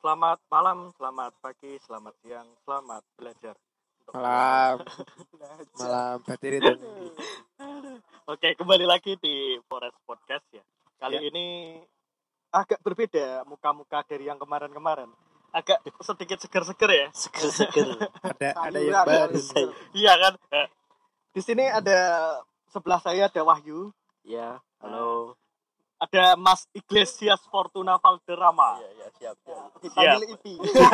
Selamat malam, selamat pagi, selamat siang, selamat belajar. Malam bateri tuh. Oke, kembali lagi di Forest Podcast ya. Kali ini agak berbeda muka-muka dari yang kemarin-kemarin. Agak sedikit seger-seger ya. Seger-seger. Ada yang baru. Iya kan? Di sini ada sebelah saya ada Wahyu, Ya, halo. ada Mas Iglesias Fortuna Valderrama. Iya, siap. Dipanggil Ipi.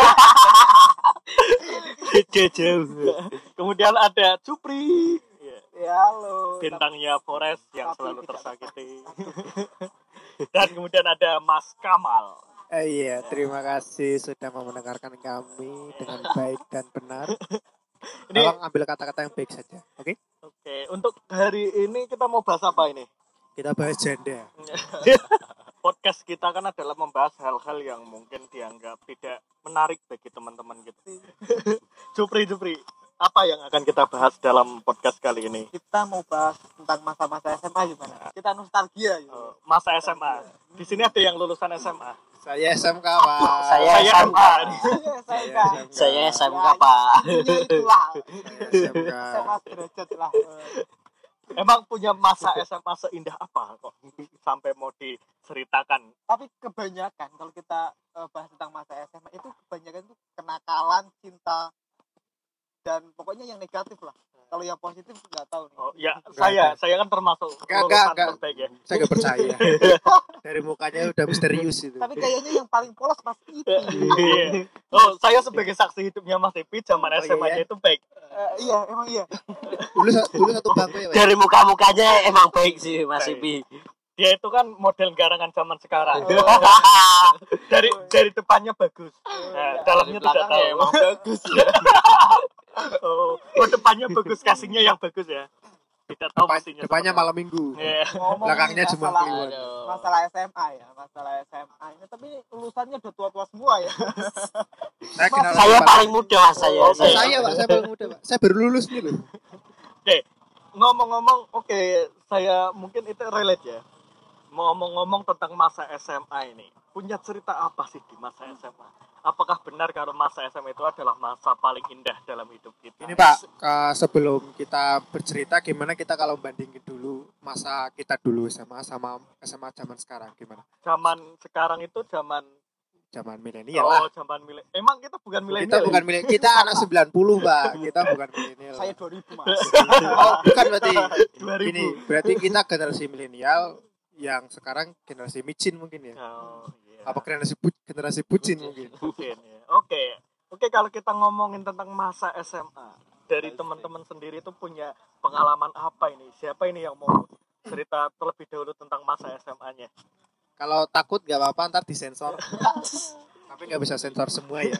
Jauh. Kemudian ada Cupri. Ya, halo. Bintangnya Forest yang selalu tersakiti. Dan kemudian ada Mas Kamal. Iya, terima kasih sudah mau mendengarkan kami dengan baik dan benar. Tolong ambil kata-kata yang baik saja, oke? Oke, untuk hari ini kita mau bahas apa ini? Kita bahas janda. Podcast kita kan adalah membahas hal-hal yang mungkin dianggap tidak menarik bagi teman-teman gitu. Jupri, apa yang akan kita bahas dalam podcast kali ini? Kita mau bahas tentang masa-masa SMA gimana? Kita nostalgia ya. Masa SMA. Di sini ada yang lulusan SMA. Saya SMK, Pak. Saya SMK. Saya SMK, Pak. Itulah. SMK. SMA derajat lah. Emang punya masa SMA seindah apa kok sampai mau diceritakan? Tapi kebanyakan kalau kita bahas tentang masa SMA itu kebanyakan itu kenakalan, cinta, dan pokoknya yang negatif lah. Kalau yang positif nggak tahu nih. Oh ya, saya kan termasuk lulusan terbaik ya. Saya nggak percaya. Dari mukanya udah misterius itu. Tapi kayaknya yang paling polos Mas Ipi. Iya. Oh, saya sebagai saksi hidupnya Mas Ipi zaman SMA-nya itu baik. Iya, emang iya. Dulu satu bangku ya, Pak. Dari muka-mukanya emang baik sih, Mas Ipi. Dia itu kan model garangan zaman sekarang. Dari depannya bagus. Nah, dalamnya tidak tahu. Emang bagus ya. Oh, depannya bagus, casingnya yang bagus ya. Tidak tahu pastinya. Depannya malam minggu. Iya. Belakangnya cuma Kliwon. Masalah SMA ya, masalah SMA ini. Tapi lulusannya udah tua-tua semua ya. Saya paling muda, Mas, saya. Saya paling muda, Pak. Saya baru lulus nih loh. Oke. Ngomong-ngomong, saya mungkin itu relate ya. Ngomong-ngomong tentang masa SMA ini, punya cerita apa sih di masa SMA? Apakah benar kalau masa SMA itu adalah masa paling indah dalam hidup kita? Ini Pak, sebelum kita bercerita gimana kita kalau bandingin dulu masa kita dulu SMA sama SMA zaman sekarang gimana? Zaman sekarang itu zaman milenial lah. Zaman milenial. Emang kita bukan milenial. Kita bukan milenial, kita anak 90, Pak. Kita bukan milenial. Saya 2000, Mas. Oh, bukan berarti. 2000. Ini berarti kita generasi milenial yang sekarang generasi micin mungkin ya. Oh, iya. Apa generasi bucin mungkin. Mungkin ya. Oke, kalau kita ngomongin tentang masa SMA, dari teman-teman sendiri itu punya pengalaman apa ini? Siapa ini yang mau cerita terlebih dahulu tentang masa SMA-nya? Kalau takut gak apa-apa, ntar disensor. Tapi gak bisa sensor semua ya.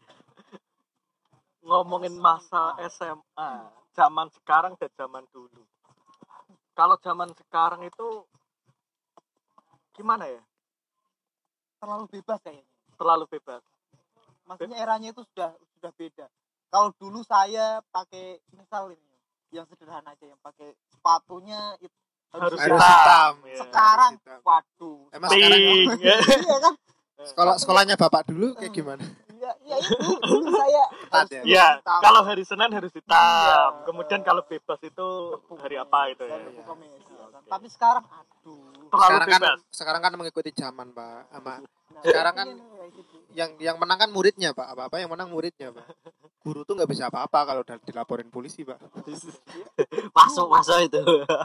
Ngomongin masa SMA, zaman sekarang dan zaman dulu. Kalau zaman sekarang itu gimana ya? Terlalu bebas kayaknya. Terlalu bebas. Maksudnya eranya itu sudah beda. Kalau dulu saya pakai misal ini yang sederhana aja, yang pakai sepatunya itu Harus hitam. Ya. Sekarang Harus hitam. waduh. Emang sekarang Pink. Iya kan? sekolahnya bapak dulu kayak gimana? Iya itu dulu saya Ketat ya? Ya, hitam. kalau hari Senin harus hitam. Iya. Kemudian kalau bebas itu hari apa itu ya? Dan buku kemis, ya kan? Tapi sekarang aduh. Terlalu bebas. Sekarang kan mengikuti zaman, Pak. Nah, Sekarang kan iya, kayak gitu. yang menang kan muridnya, Pak. Apa yang menang muridnya, Pak. Guru tuh nggak bisa apa-apa kalau udah dilaporin polisi, Pak. Masuk itu.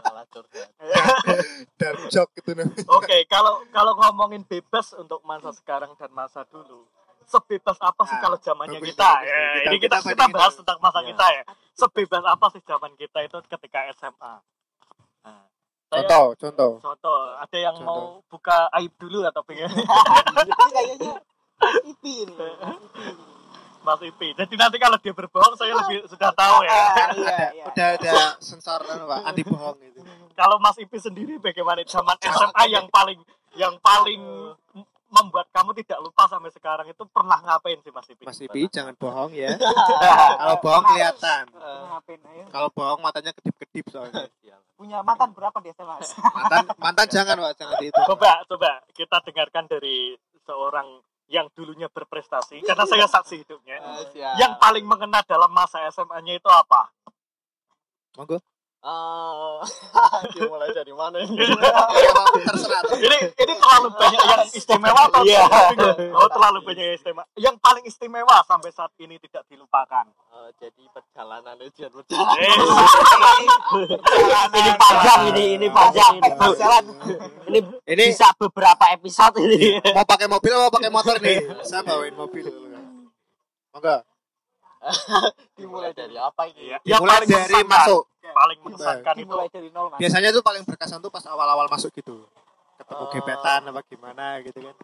Dark joke gitu nih. Oke, kalau ngomongin bebas untuk masa sekarang dan masa dulu, sebebas apa sih kalau zamannya bagus, kita? bagus. Ya, ini Kita kita bandingin bahas dulu. tentang masa Ya. kita ya. Sebebas apa sih zaman kita itu ketika SMA? Nah, Contoh. contoh, ada yang mau buka aib dulu atau pengen Ini kayaknya Mas Ipi ini. Mas Ipi. Jadi nanti kalau dia berbohong saya lebih sudah tahu ya. Iya. Udah ada sensor kan, Pak, anti bohong gitu. Kalau Mas Ipi sendiri bagaimana zaman SMA yang paling membuat kamu tidak lupa sampai sekarang itu pernah ngapain sih Mas Ipi? Mas Ipi jangan bohong ya. Kalau bohong kelihatan. Ngapain ayo? Kalau bohong matanya kedip-kedip soalnya. Punya mantan berapa dia SMA? Mantan jangan, Pak, jangan dihitung. Coba kita dengarkan dari seorang yang dulunya berprestasi karena saya saksi hidupnya. Siap. Yang paling mengena dalam masa SMA-nya itu apa? Monggo. Dimulai dari mana ini? Terserah. Ini terlalu banyak yang istimewa atau Iya. oh terlalu banyak yang istimewa. Yang paling istimewa sampai saat ini tidak dilupakan. Jadi perjalanan ujian berjalan. Ini panjang ini panjang. Ini Ini bisa beberapa episode ini. mau pakai mobil atau pakai motor nih? Saya bawain mobil dulu. Monggo. Dimulai dari apa ini? Yang Dimulai paling dari mengesankan. masuk. Paling mengesankan itu Dimulai dari nol, Mas. Biasanya tuh paling berkesan tuh pas awal-awal masuk gitu. Ketemu gebetan apa gimana gitu kan.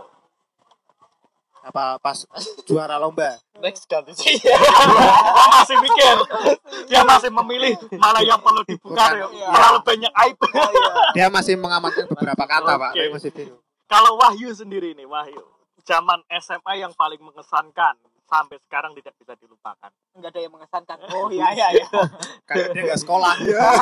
Apa pas juara lomba. Next ganti sih. Oh, masih mikir. Dia masih memilih mana yang perlu dibuka. Bukan. Terlalu banyak aib. Dia masih mengamankan beberapa kata, Pak. Oke. Dia masih bingung. Kalau Wahyu sendiri nih, Wahyu. Zaman SMA yang paling mengesankan sampai sekarang tidak bisa dilupakan. Enggak ada yang mengesankan. Oh iya. Kayak dia nggak sekolah.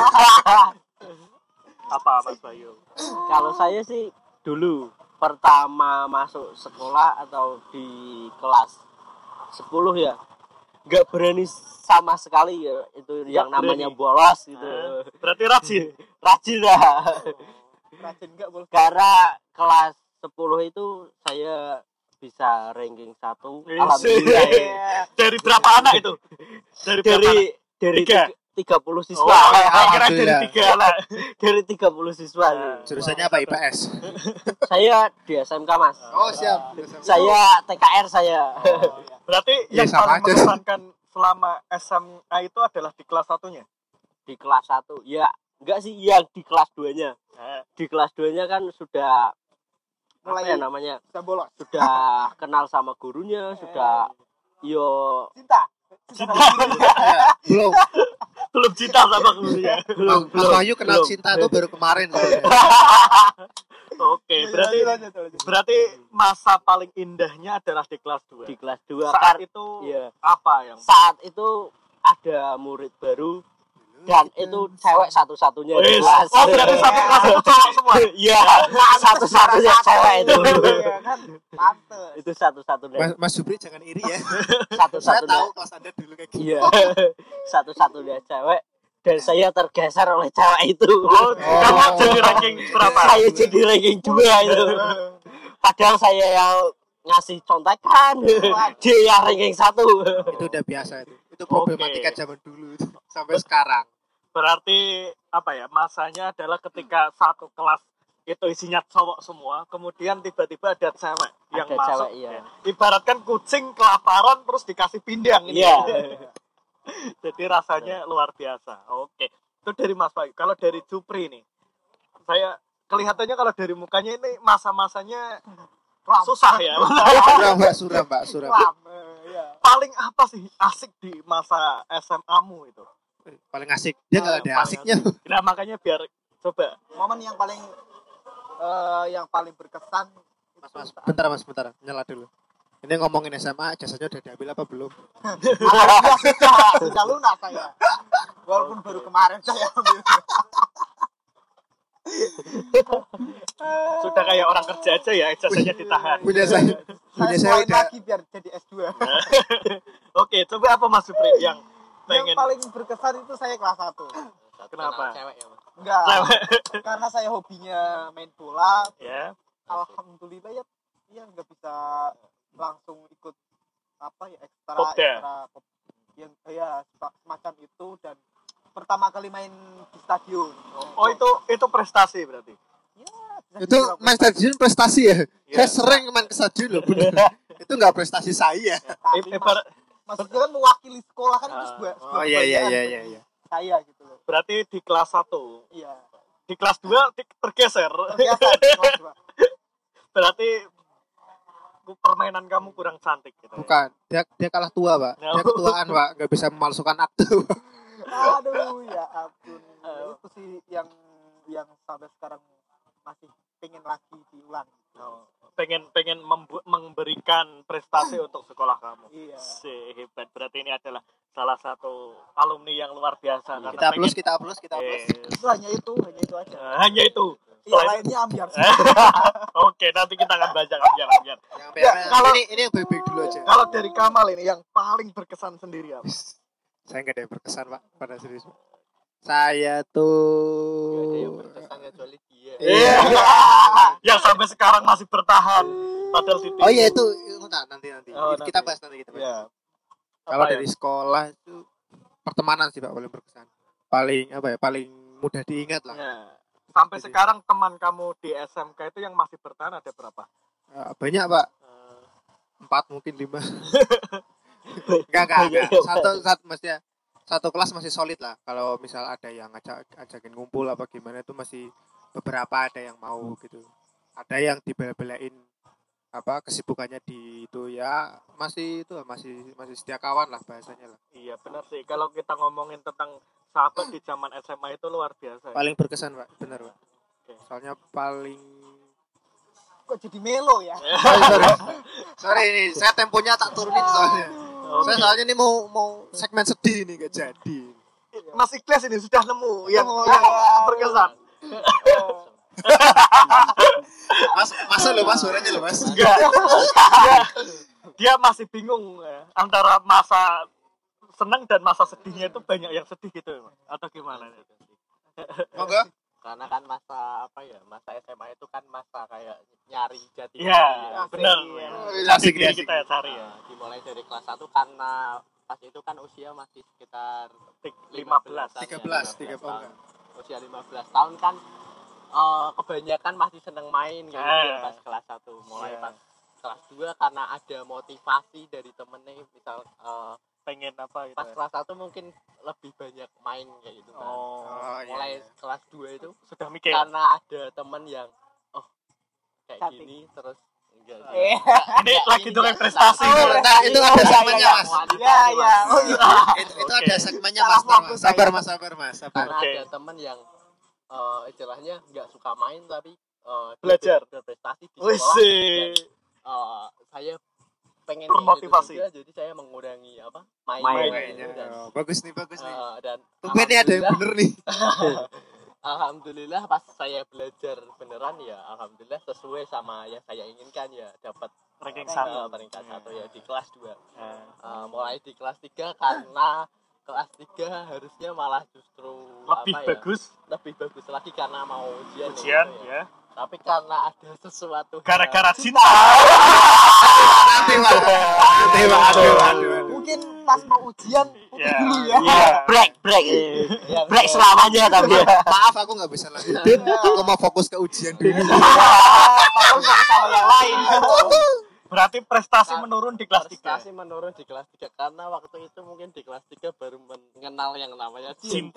Apa Mas Wahyu? Kalau saya sih dulu pertama masuk sekolah atau di kelas 10 ya nggak berani sama sekali ya itu yang namanya berani. bolos gitu. Berarti rajin. Rajin lah. Rajin enggak boleh. Karena kelas 10 itu saya bisa ranking 1 alhamdulillah ya. Dari berapa anak itu? Dari Tiga. 30 siswa. Oh, kira dari Alhamdulillah. 3 anak. Dari 30 siswa. Jurusannya apa IPS? Saya di SMK, Mas. Oh, siap. Saya TKR saya. Berarti Ya, yang sama paling aja. mengesankan selama SMA itu adalah di kelas 1-nya. Di kelas 1. Ya, enggak sih yang di kelas 2-nya. Di kelas 2-nya kan sudah Mulai apa ya namanya? bisa bolos. Sudah kenal sama gurunya, sudah yo Cinta. Belum. Belum cinta sama gurunya. Mas Wahyu kenal belum. cinta tuh baru kemarin. Oke, berarti masa paling indahnya adalah di kelas 2. di kelas 2 Saat itu iya. apa yang Saat itu ada murid baru dan itu cewek satu-satunya di Wis. kelas. Oh, berarti satu kelas itu cowok semua. Iya, satu-satunya cewek itu. Iya kan? Pantes. Itu satu-satunya. Mas Supri jangan iri ya. Saya Satu-satunya. tahu kelas Anda dulu kayak gitu. Iya. Satu-satunya cewek dan saya tergeser oleh cewek itu. Oh, kamu jadi ranking berapa? Saya jadi ranking 2 itu. Padahal saya yang ngasih contekan, dia yang ranking 1. Itu udah biasa itu. Itu problematika zaman dulu itu. Sampai sekarang. Berarti apa ya? Masanya adalah ketika satu kelas itu isinya cowok semua, kemudian tiba-tiba ada cewek yang Ada masuk. cewek, iya. Ibaratkan kucing kelaparan terus dikasih pindang ini. Iya. Jadi rasanya luar biasa. Oke. Itu dari Mas Bayu. Kalau dari Jupri nih, saya kelihatannya kalau dari mukanya ini masa-masanya susah ya. Suram, Mbak. Iya. Paling apa sih asik di masa SMA-mu itu? Paling asik. Dia nggak ada asiknya. Nah, makanya biar coba. Momen yang paling berkesan Mas, bentar. Nyala dulu. Ini ngomongin SMA, jasanya udah diambil apa belum? sudah lunas saya. Walaupun baru kemarin saya ambil. Sudah kayak orang kerja aja ya, ijazahnya ditahan. Punya saya Saya selain lagi biar jadi S2. Oke, coba apa Mas Supri yang pengen Yang paling berkesan itu saya kelas 1. kenapa? Enggak. Cewek. Karena saya hobinya main bola. Ya. Alhamdulillah ya nggak bisa langsung ikut apa ya Popda. yang ya semacam itu dan pertama kali main di stadion. Oh, itu prestasi berarti. Ya, itu main stadion prestasi ya. Iya. Saya sering main ke stadion loh, bener. Itu nggak prestasi saya. Ibarat maksudnya kan mewakili sekolah kan itu sebuah Oh iya. kebahagiaan saya gitu loh. berarti di kelas 1. Iya. Di kelas 2 tergeser. Biasa di kelas 2. Berarti permainan kamu kurang cantik gitu. Bukan, dia kalah tua, Pak. Dia ketuaan, Pak. Nggak bisa memalsukan akte. Aduh ya ampun. Itu sih yang sampai sekarang masih pengen lagi diulang. Oh, pengen memberikan prestasi untuk sekolah kamu. Iya. Hebat. Berarti ini adalah salah satu alumni yang luar biasa. Karena Kita pengen- plus. Eh, Itu hanya itu aja. hanya itu. Yang lainnya ambiar sih. Oke, nanti kita akan baca ambiar. Yang Ya, kalau ini yang baik-baik dulu aja. Kalau dari Kamal ini yang paling berkesan sendiri apa? Saya nggak ada yang berkesan pak, pada serius. Pak. Saya tuh. Gak ada yang berkesan kecuali dia. Iya. Yang sampai sekarang masih bertahan. Padahal di Oh iya itu nanti. Oh, Kita nanti. bahas nanti kita bahas. Ya. Kalau Apa ya? dari sekolah itu pertemanan sih pak paling berkesan. Paling apa ya? Paling mudah diingat lah. Ya. Sampai sekarang teman kamu di SMK itu yang masih bertahan ada berapa? Banyak pak. 4 mungkin 5. Enggak. Satu kelas masih solid lah. Kalau misal ada yang ajakin ngumpul apa gimana itu masih beberapa ada yang mau gitu. Ada yang dibela-belain apa kesibukannya di itu ya masih setia kawan lah bahasanya lah. Iya benar sih. Kalau kita ngomongin tentang sahabat di zaman SMA itu luar biasa. Paling berkesan pak, benar pak. Oke. Soalnya paling Kok jadi melo ya? sorry ini saya temponya tak turunin soalnya. Oke. Saya soalnya ini mau segmen sedih ini gak jadi. Mas Ikhlas ini sudah nemu yang berkesan. Masuk loh mas, suaranya loh mas. Enggak. Dia masih bingung antara masa senang dan masa sedihnya itu banyak yang sedih gitu atau gimana? Monggo. Karena kan masa SMA itu kan masa kayak nyari jati Iya, diri. benar. Asik, Diri asik. kita ya cari ya. Dimulai dari kelas 1 karena pas itu kan usia masih sekitar 15. 13 tahun. Usia 15 tahun kan kebanyakan masih seneng main gitu ya, pas kelas 1. Mulai pas kelas 2 karena ada motivasi dari temennya, misal Pengen apa gitu. pas kelas 1 mungkin lebih banyak main kayak gitu kan. Mulai kelas 2 itu Sudah mikir. karena ada temen yang kayak Cantik. gini terus enggak Ini lagi dorong prestasi. Nah, itu ada segmennya mas. Ya. Oh iya. Itu Oke. ada segmennya mas. Sabar mas. karena Oke. ada temen yang istilahnya nggak suka main tapi Belajar. berprestasi di Wih sekolah. sih. Dan, saya pengen Termotivasi. kayak gitu juga, jadi saya mengurangi main Mainnya. dan, Bagus nih. dan Tumben nih ada yang bener nih. alhamdulillah pas saya belajar beneran ya alhamdulillah sesuai sama yang saya inginkan ya dapat Ranking peringkat 1 ya di kelas 2. Mulai di kelas 3 karena kelas 3 harusnya malah justru lebih bagus lagi karena mau ujian Ujian gitu ya. Tapi karena ada sesuatu Gara-gara cinta. Nanti pak. Mungkin pas mau ujian Ya. dulu ya. Iya. break selamanya tapi Maaf aku nggak bisa lanjutin. Aku mau fokus ke ujian dulu. Padahal nggak sama yang lain. Berarti prestasi menurun di kelas 3. prestasi menurun di kelas 3 karena waktu itu mungkin di kelas 3 baru mengenal yang namanya Cinta.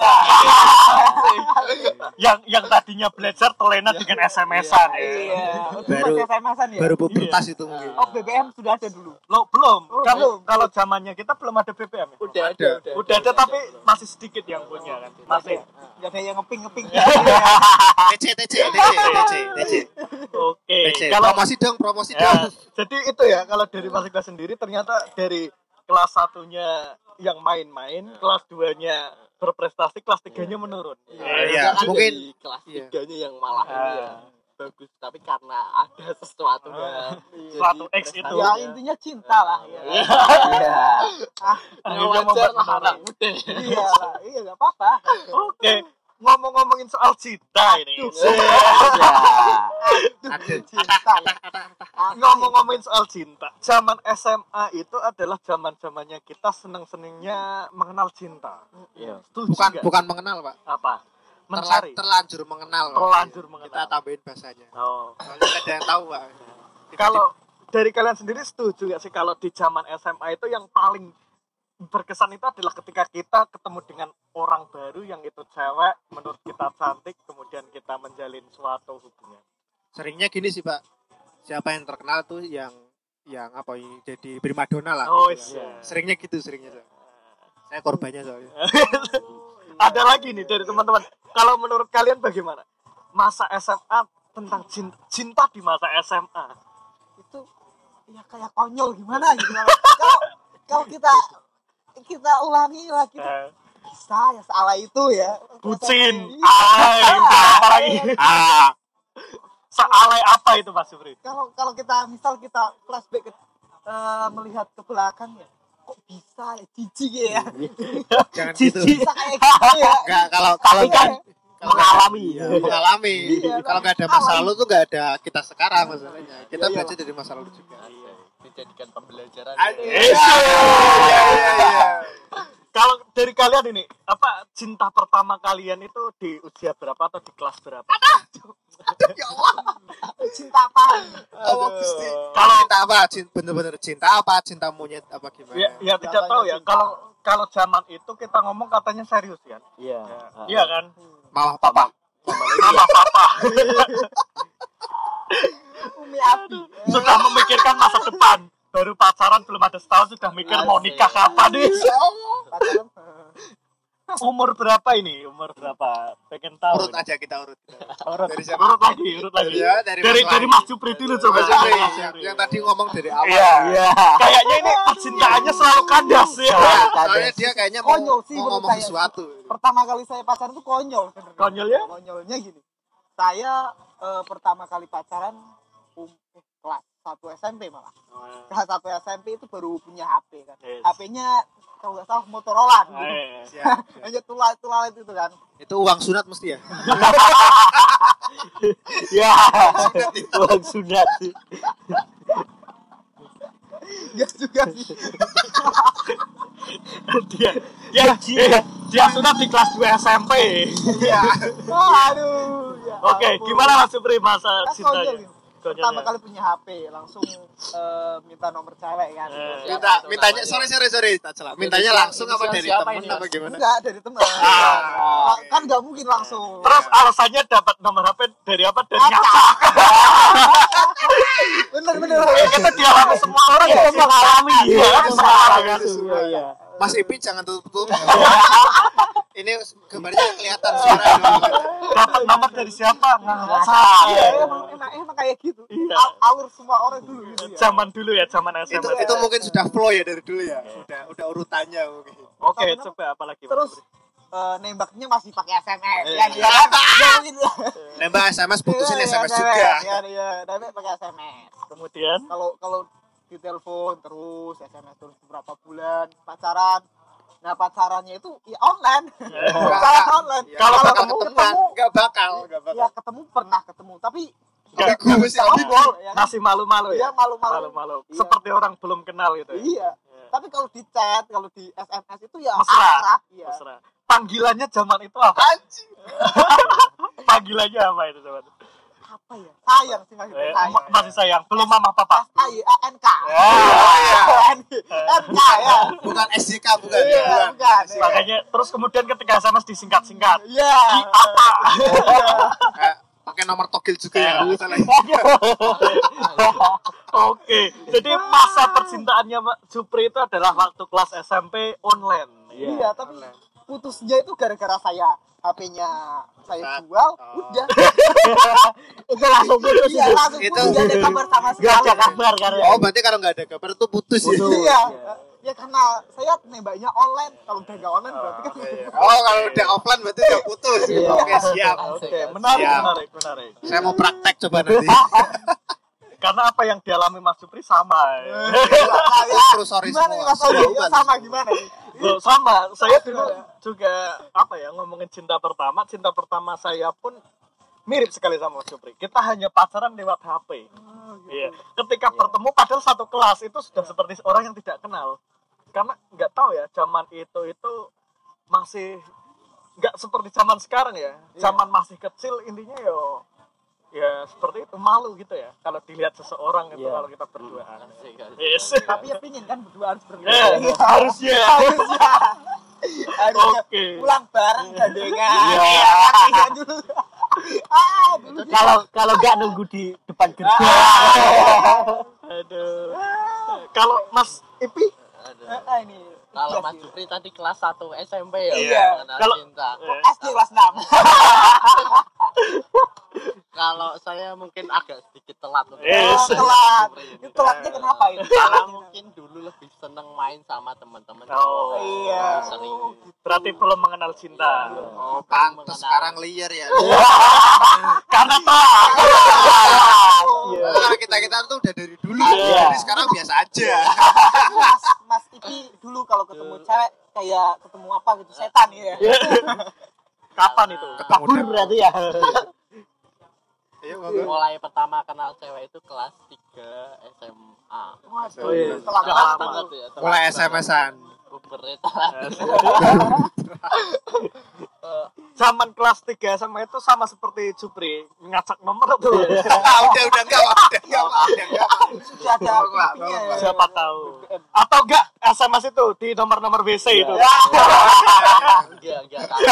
yang tadinya belajar terlena dengan SMS-an ya. Iya. Baru- Masih SMS-an ya? Baru pubertas itu mungkin. Oh, BBM sudah ada dulu. Lo belum. Oh, Kalau belum. kalau zamannya kita belum ada BBM. Ya? Udah ada tapi masih sedikit yang punya kan. Masih. Gak ada yang ngeping-ngeping. TC. Oke. TC. Kalau Promosi ya, dong. jadi itu ya kalau dari Mas Ikhlas sendiri ternyata dari kelas 1-nya yang main-main, kelas 2-nya berprestasi, kelas 3-nya menurun. Iya, Kan mungkin di kelas iya. 3-nya yang malah ini ya bagus tapi karena ada sesuatu Suatu X itu. Ya intinya cinta lah ya. Akhirnya wajar lah membuat anak menang. muda. Iya lah, iya gak apa-apa. Oke, ngomong-ngomongin soal cinta ini. Cinta ya. Ngomong-ngomongin soal cinta, zaman SMA itu adalah zaman-zamannya kita seneng-senengnya mengenal cinta. Iya. Setuju nggak? bukan mengenal pak. Apa? Mencari. Terlanjur mengenal. Pak. Terlanjur Kita mengenal. tambahin bahasanya. Oh. Soalnya nggak ada yang tahu pak. Kalau dari kalian sendiri setuju nggak sih kalau di zaman SMA itu yang paling berkesan itu adalah ketika kita ketemu dengan orang baru yang itu cewek, menurut kita cantik, kemudian kita menjalin suatu hubungan. Seringnya gini sih pak. Siapa yang terkenal tuh yang apa ini jadi primadona lah. Oh gitu iya. lah. Seringnya gitu. Saya korbannya soalnya. Ada lagi nih dari teman-teman. Kalau menurut kalian bagaimana? Masa SMA tentang cinta di masa SMA. Itu ya kayak konyol gimana gitu. Kalau kita ulangi lagi saya salah itu ya. Bucin. Iya. Apalagi. Sealai apa itu Mas Supri? Kalau kita misal kita flashback melihat ke belakang ya, kok bisa ya jijik ya. Jangan gitu. Bisa kayak gitu ya. Enggak, kalau Tapi kan mengalami. mengalami. Iya, Kalau nggak ada masa lalu tuh nggak ada kita sekarang masalahnya. Kita Iya, belajar dari masa lalu juga. Dijadikan pembelajaran. Kalau dari kalian ini, apa cinta pertama kalian itu di usia berapa atau di kelas berapa? Ya Allah. Cinta apa? Allah Gusti. Kalau Cinta apa? Bener-bener cinta apa? Cinta monyet apa gimana? ya tidak tahu ya. Kalau zaman itu kita ngomong katanya serius kan? Iya. Iya kan? Malah papa. Sama papa Umi Abi. sudah memikirkan masa depan. Baru pacaran belum ada setahun sudah mikir mau nikah kapan nih? Pacaran. Umur berapa ini? Umur berapa? Pengen tahu. Urut ini. aja kita urut. Urut, Dari siapa? urut lagi. Ya, dari Dari Mas Supri dulu coba. Mas Supri, yang tadi ngomong dari awal. Iya. Kayaknya ini percintaannya selalu kandas ya. Soalnya dia kayaknya mau, Konyol sih mau menurut ngomong saya. sesuatu. Pertama kali saya pacaran tuh konyol sebenarnya. Konyol ya? Konyolnya gini. Saya pertama kali pacaran kelas 1 SMP malah. Kelas 1 SMP itu baru punya HP kan. Yes. HP-nya kalau nggak salah Motorola dulu. Siap. Hanya tular itu kan. Itu uang sunat mesti ya. Ya. Uang sunat. Ya juga sih. dia sudah di kelas 2 SMP. Iya. Aduh. Ya Oke, ampun. gimana Mas Supri masa Kan cintanya? konyol. Pertama kali punya HP langsung minta nomor cewek kan. Mintanya sorry tak salah. Mintanya langsung apa dari siapa temen ini, apa Mas? gimana? Enggak dari teman. Kan nggak mungkin langsung. Terus alasannya dapat nomor HP dari apa? Dari Apa? nyata. Bener. Kita dialami semua orang ya. Mengalami. Iya, semua orang kan. Iya. Mas Ipi jangan tutup. Ini gambarnya kelihatan suara. Dapat nomor dari siapa? Nggak Iya, emang kayak gitu. Iya. Alur semua orang dulu gitu ya. Zaman dulu ya, zaman SMA. Itu mungkin sudah flow ya dari dulu ya. Udah urutannya mungkin. Oke, coba apa lagi? Mas Terus Supri? nembaknya masih pakai SMS Iya. kan ya. Ya mungkin. Nembak SMS putusin Iya, SMS iya, juga. Iya, nembak pakai SMS. Kemudian Kalau di telepon terus SMS terus beberapa bulan pacaran. Nah pacarannya itu ya online. Pacaran online. Ya, Kalau nggak bakal ketemu ketemuan. Nggak bakal. ya ketemu pernah ketemu tapi Nggak, Bagus ya. ngobrol ya kan? masih malu-malu ya? Iya, malu-malu. Malu-malu. Iya. Seperti orang belum kenal gitu ya? Iya. Tapi kalau di chat, kalau di SMS itu ya Mesra. akrab, iya. Mesra. Panggilannya zaman itu apa? Anjing. Panggilannya apa itu zaman itu? Apa ya? Sayang sih masih sayang. Masih sayang, belum mama papa. SAYANK. Ya. NK ya. Bukan SJK bukan. Iya, Bukan. bukan. Makanya terus kemudian ketika SMS disingkat-singkat. Iya. Apa? Pakai nomor togel juga ya. Nggak salah. Oke, jadi masa percintaannya Mbak Supri itu adalah waktu kelas SMP online. Iya, tapi putusnya itu gara-gara saya HP-nya saya Rusak. jual, Oh. udah. Itu langsung putus. Iya, langsung Itu- putus, nggak ada kabar sama sekali. Gak ada kabar karena. Oh berarti kalau nggak ada kabar itu putus ya? Iya. Ya karena saya nembaknya online, kalau udah nggak online berarti kan Oh kalau udah offline berarti udah putus. Iya. Oke siap. Oke, menarik, Siap. menarik. Saya mau praktek coba nanti. Karena apa yang dialami Mas Supri sama. Terus sorry gimana nih semua. Mas Odi? Ya, sama gimana nih? Loh, sama, saya dulu juga apa ya ngomongin cinta pertama saya pun mirip sekali sama Mas Supri. Kita hanya pacaran lewat HP. Iya. Ketika bertemu padahal satu kelas itu sudah seperti orang yang tidak kenal. Karena nggak tahu ya zaman itu masih nggak seperti zaman sekarang ya. Zaman masih kecil intinya ya seperti itu, malu gitu ya kalau dilihat seseorang itu Iya. kalau kita berduaan. Yes. Tapi ya pingin kan berdua harus berdua. Harusnya. Harusnya Oke. pulang bareng gandengan. Iya. Iya dulu. Dulu Kalau nggak nunggu di depan gerbang. Aduh. Kalau Mas Ipi ini. Kalau Iya Mas sih. Jupri tadi kelas 1 SMP ya, Iya. mengenal Kalau- cinta. SD kelas 6. Kalau saya mungkin agak sedikit telat loh. Yes. Telat. Itu telatnya kenapa ini? Karena mungkin dulu lebih seneng main sama teman-teman. Oh, iya. Sering. berarti belum mengenal cinta. Oh pantes sekarang liar ya. Karena tak. Tapi sekarang biasa aja. Mas Ipi dulu kalau ketemu cewek kayak ketemu apa gitu setan ya. Kapan itu? Kabur berarti ya. Iya, Mulai pertama kenal cewek itu kelas 3 SMA. Waduh, iya. telat Telat banget. banget ya. mulai SMS-an. Pubernya telat. Zaman kelas 3 SMA itu sama seperti Supri ngacak nomor tuh. Udah enggak. Sudah ada pipinya ya. Siapa tahu. Atau enggak SMS itu di nomor-nomor WC itu. Enggak tahu.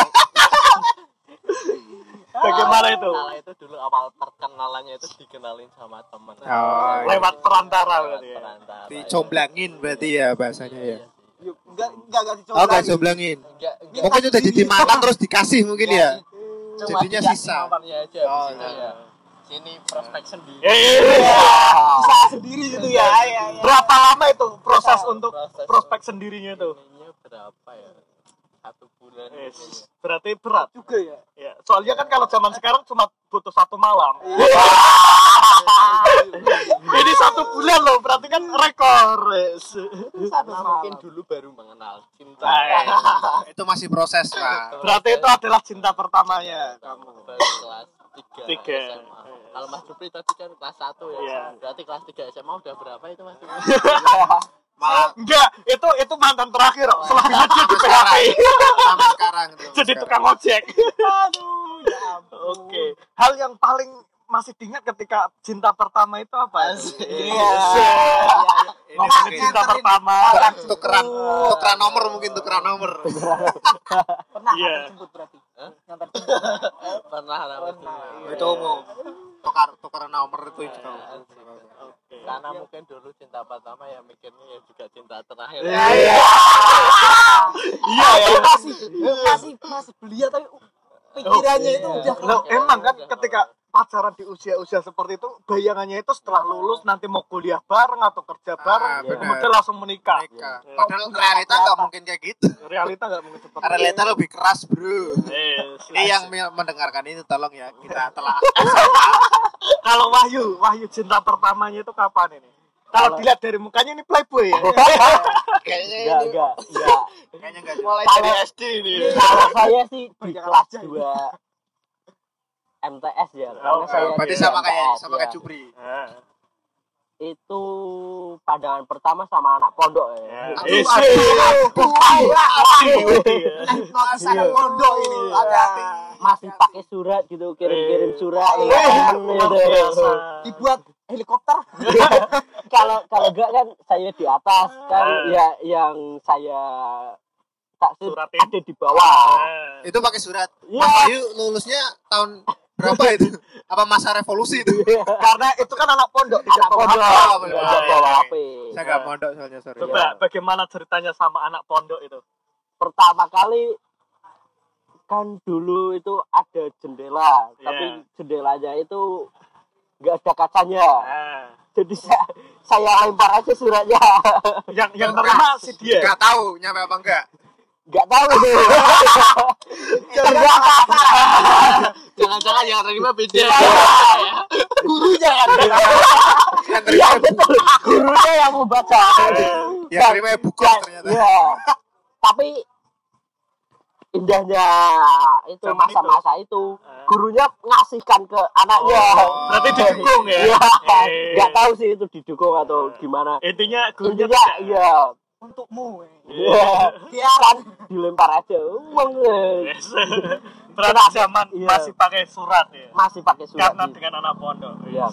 Bagaimana itu? Kalau itu dulu awal perkenalannya itu dikenalin sama temen. Oh, Lewat perantara berarti ya. Perantara. Dicomblangin berarti ya bahasanya ya. Yuk, enggak dicoba. Oh, enggak comblangin. Enggak. Mungkin udah jadi mantan terus dikasih mungkin ya. Cuma Jadinya dikasih sisa. nomornya aja. Oh, Di sini iya. ya. Sini prospeksi di. Usaha sendiri gitu ya. Ya. Berapa lama itu proses untuk Proses prospek sendirinya itu? Ininya berapa ya? 1 bulan. Yes. Berarti berat. Juga ya. Ya, soalnya kan kalau zaman sekarang cuma butuh 1 malam. Ini 1 bulan loh, berarti kan rekor. Yes. Karena mungkin dulu baru mengenal cinta. Itu masih proses, Pak. Berarti itu adalah cinta pertamanya kamu. Baru kelas 3 Tiga. SMA. Kalau Mas Supri tadi kan kelas 1 ya. Iya. Berarti kelas 3 SMA udah berapa itu Mas Supri? Malah Enggak, itu mantan terakhir. Selebihnya dia di PHP. sampai sekarang tuh. Jadi tukang ojek. Aduh, ya ampun. Oke. Hal yang paling masih diingat ketika cinta pertama itu apa? Iya. Ngomongin cinta pertama. tukeran nomor mungkin tukeran nomor. Pernah Iya. ngantar jemput berarti. Ngantar Pernah Mas Pernah, Supri. iya. Itu umum. Tukeran nomor itu juga. Karena mungkin dulu cinta pertama ya mikirnya ya juga cinta terakhir. Iya, ya. masih belia tapi pikirannya itu udah Loh, emang kan ketika pacaran di usia-usia seperti itu, bayangannya itu setelah lulus nanti mau kuliah bareng atau kerja bareng, benar. kemudian langsung menikah. Nikah. Padahal realita nggak mungkin kayak gitu. Realita nggak mungkin seperti Realita lebih keras, bro. Yes. Ini yang mendengarkan ini tolong ya kita telah. Kalau Wahyu cinta pertamanya itu kapan ini? Kalau dilihat dari mukanya ini playboy ya. Kayaknya ini Enggak. kayaknya nggak Mulai Kalau- dari SD ini. Kalau saya sih di Banyak kelas aja. 2 MTS ya. Oh, Karena saya berarti di sama kayak MTS, sama ya. kayak Jupri. Itu pandangan pertama sama anak pondok ya. Notisan pondok ini. Hati-hati. Masih pakai surat gitu, kirim-kirim surat Luar gitu. biasa. Dibuat helikopter. Kalau enggak kan saya di atas kan ya yang saya taksir Suratin. ada di bawah. Itu pakai surat. Iya. Mas Bayu lulusnya tahun berapa itu? Apa masa revolusi itu? Karena itu kan anak pondok, tidak Anak bawa pondok, HP. tidak Iya, bawa iya. HP. Saya nggak mondok soalnya sorry. Coba bagaimana ceritanya sama anak pondok itu? Pertama kali kan dulu itu ada jendela, Iya. tapi jendelanya itu nggak ada kacanya. Jadi saya lempar aja suratnya. Yang nerima si dia. Nggak tahu nyampe apa enggak. Nggak tahu tuh. Ternyata Jangan-jangan yang terima beda. gurunya kan. Yang Iya terima betul. Gurunya yang mau baca. yang terima buku ternyata. Iya. Tapi indahnya itu Zaman masa-masa itu gurunya ngasihkan ke anaknya. Berarti didukung ya. Iya. Eh. Nggak tahu sih itu didukung atau gimana. Intinya gurunya Intinya iya. Untukmu. Iya. Kan dilempar aja. Uang Yes. Berarti zaman Iya. masih pakai surat ya. masih pakai surat. Karena dengan anak pondok. Iya.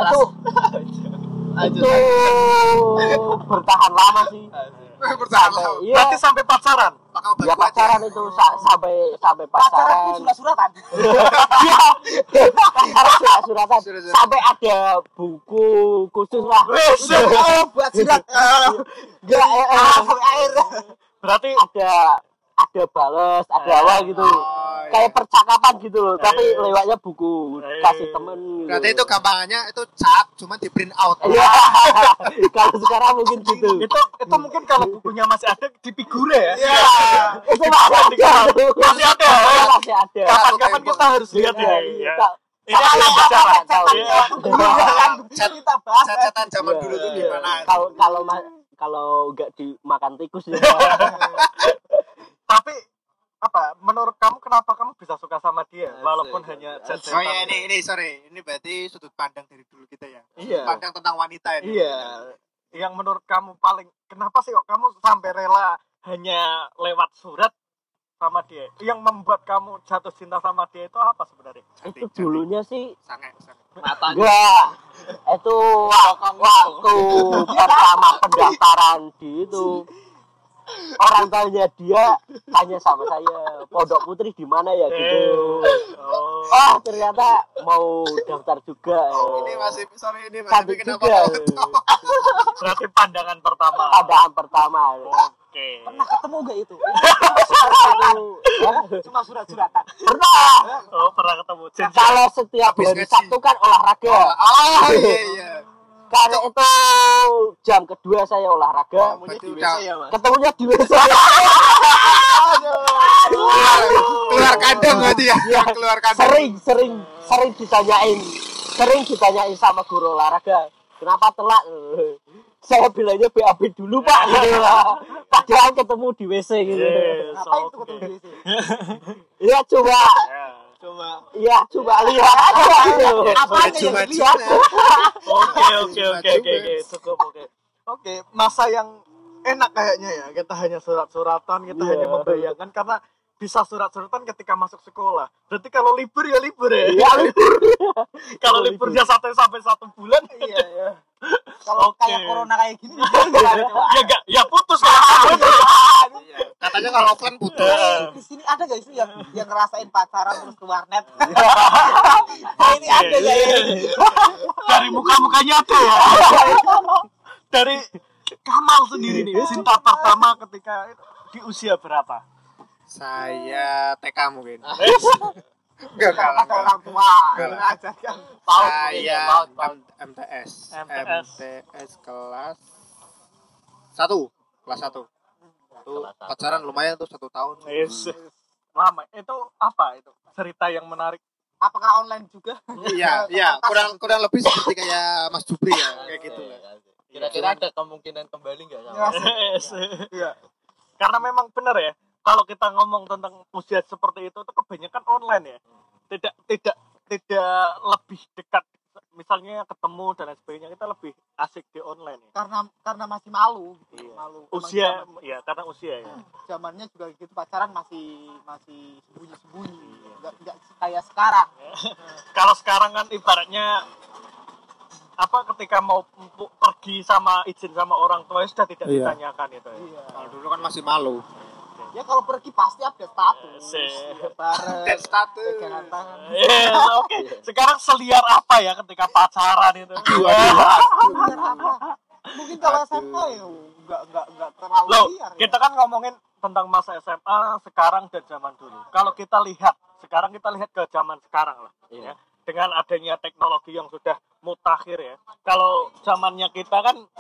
Lanjut. Itu bertahan lama sih. Bertahan lama. Iya. Berarti sampai pacaran. Pakai obat Ya kuat ya. pacaran itu sampai Pacaran pacaran. surat-suratan. Iya. Pacaran surat-suratan. Surat-suratan. Sampai ada buku khusus lah. Wes. Buat silat. Ya, Sampai air. Berarti ada bales, ada apa gitu. Oh, iya. Kayak percakapan gitu loh, tapi lewatnya buku kasih temen gitu. Berarti itu gampangannya itu cat cuma di print out. Iya. Kalau sekarang mungkin gitu. itu mungkin kalau bukunya masih ada di figure ya. Iya. Itu masih ada. Masih ada. Masih ada. Kapan-kapan kita harus lihat Iya, ini. iya. Ya. Ini ada yang bicara. Tahu. Iya. Cat chat kita bahas. chat-chatan zaman Iya, dulu tuh iya. gimana? Kalau nggak dimakan tikus ya. Tapi apa menurut kamu kenapa kamu bisa suka sama dia Asik, walaupun asik. hanya Asik. Oh ya chat-chatan? ini sorry, ini berarti sudut pandang dari dulu kita ya. Iya. Sudut pandang tentang wanita ini. Iya. Yang menurut kamu paling kenapa sih kok kamu sampai rela hanya lewat surat sama dia? Yang membuat kamu jatuh cinta sama dia itu apa sebenarnya? Itu dulunya sih sangat. Matanya. enggak. Itu waktu pertama pendaftaran di itu. Orang tanya dia tanya sama saya, Pondok Putri di mana ya gitu. Oh. Oh, ternyata mau daftar juga. Ini masih sorry ini masih Cantik bikin juga. apa? Berarti pandangan pertama. Pandangan pertama. Oke. Pernah ketemu gak itu? Itu Cuma surat-suratan. pernah. Oh, pernah ketemu. Kalau setiap Habis hari ngaji. Sabtu kan olahraga. Oh iya. Karena itu jam kedua saya olahraga. Berarti Di udah WC ya, Mas. Ketemunya di WC. keluar kandang berarti ya. Iya. Keluar kandang. Sering ditanyain sama guru olahraga. Kenapa telat? Saya bilangnya BAB dulu Pak. Gitu. Padahal ketemu di WC gitu. Yes, Ngapain tuh oke. ketemu di sini? Iya coba. Ya. Coba lihat aja gitu. Apa Udah aja cuma yang dilihat? Oke. Cukup oke. Oke, masa yang enak kayaknya ya. Kita hanya surat-suratan, kita Iya. hanya membayangkan karena bisa surat-suratan ketika masuk sekolah. Berarti kalau libur ya libur ya. Iya libur. Kalau liburnya sampai 1 bulan Iya, iya. Kalau Oke. kayak corona kayak gini ya enggak, ya putus kan. Katanya kalau offline putus. di sini ada gak sih yang ngerasain pacaran terus ke warnet? Nah, ini ada gak ya? Dari muka-mukanya ada ya. Dari Kamal sendiri nih, cinta pertama ketika di usia berapa? Saya TK mungkin. Eh, Enggak kalah. Kata orang tua. Enggak. Ngajarkan. Saya Paut. MTS. MTS. MTS kelas 1. Kelas 1. Tuh pacaran lumayan tuh 1 tahun. Yes. Lama. Itu apa itu? Cerita yang menarik. Apakah online juga? Iya, kurang lebih seperti kayak Mas Jupri ya, kayak gitu lah. Kira-kira ada kemungkinan kembali nggak sama? Yes. Iya. Karena memang benar ya. Kalau kita ngomong tentang usia seperti itu kebanyakan online ya. Tidak lebih dekat. Misalnya ketemu dan lain sebagainya, kita lebih asik di online ya. Karena masih malu gitu. Iya. Malu. Usia Emang ya karena usia ya. zamannya juga gitu, pacaran masih sembunyi-sembunyi. Enggak kayak sekarang. Kalau sekarang kan ibaratnya apa ketika mau pergi sama izin sama orang tua sudah tidak Iya. ditanyakan itu ya. Iya. Kalau dulu kan masih malu. Ya kalau pergi pasti update status. Sih. Ya, bareng. Dan status. Pegangan tangan. Yes, oke. Sekarang seliar apa ya ketika pacaran itu? Biar apa? Mungkin kalau Aduh. SMA ya enggak terlalu Loh, liar. Ya. kita kan ngomongin tentang masa SMA sekarang dan zaman dulu. Kalau kita lihat ke zaman sekarang lah, ya. Dengan adanya teknologi yang sudah mutakhir ya. Kalau zamannya kita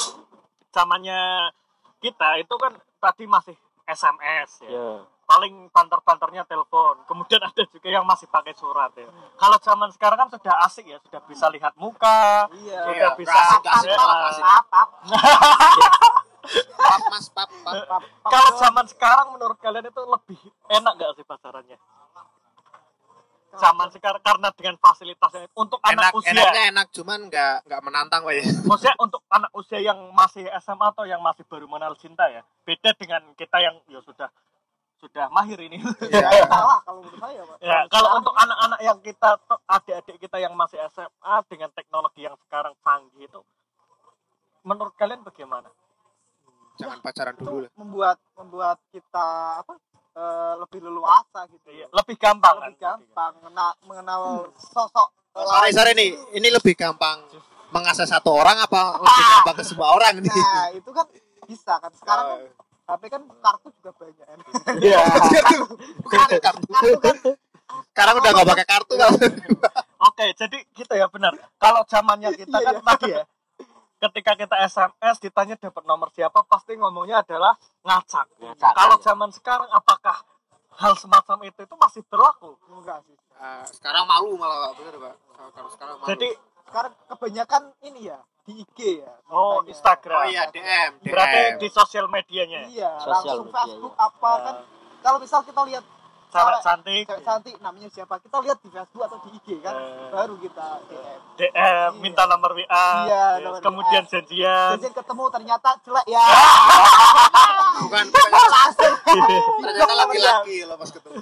itu kan tadi masih SMS ya. Ya. Paling banter-banternya telepon. Kemudian ada juga yang masih pakai surat ya. Kalau zaman sekarang kan sudah asik ya, sudah bisa lihat muka, Iya. sudah Iya, bisa asik, ya. asik. Pap. Pap Mas, pap. Kalau zaman sekarang menurut kalian itu lebih enak gak sih pacarannya? Zaman sekarang karena dengan fasilitasnya untuk anak usia. Enaknya enak, cuman nggak menantang Pak ya. Maksudnya untuk anak usia yang masih SMA atau yang masih baru mengenal cinta ya. Beda dengan kita yang ya sudah mahir ini. Ya salah kalau menurut saya, Pak. Ya, kalau untuk anak-anak yang kita adik-adik kita yang masih SMA dengan teknologi yang sekarang canggih itu menurut kalian bagaimana? Jangan pacaran dulu lah. membuat kita lebih leluasa gitu. Iya, lebih gampang Lebih kan? gampang mengenal sosok Sorry nih, ini lebih gampang mengasah satu orang apa lebih gampang ke semua orang nih? Nah, itu kan bisa kan. Sekarang kan HP kan kartu juga banyak kan. Iya. Bukan kartu. Kartu kan Sekarang udah nggak pakai kartu kan? Oke, jadi gitu ya benar. Kalau zamannya kita kan tadi ya, ketika kita SMS ditanya dapat nomor siapa, pasti ngomongnya adalah ngacak. Ngacak, Kalau ya. zaman sekarang apakah hal semacam itu masih berlaku? enggak sih. Sekarang malu malah Pak, bener Pak. Kalau sekarang malu. Jadi sekarang kebanyakan ini ya di IG ya. Oh, mintanya. Instagram. Oh iya DM. Berarti di sosial medianya. Iya, Sosial langsung media, Facebook iya. apa kan. Kalau misal kita lihat Cewek cantik. cewek cantik namanya siapa, kita lihat di Facebook atau di IG kan, baru kita DM. DM, minta nomor WA. Iya, Yes, nomor kemudian WA. janjian. Janjian ketemu ternyata jelek ya. Bukan Langsung. ternyata laki-laki lo pas ketemu.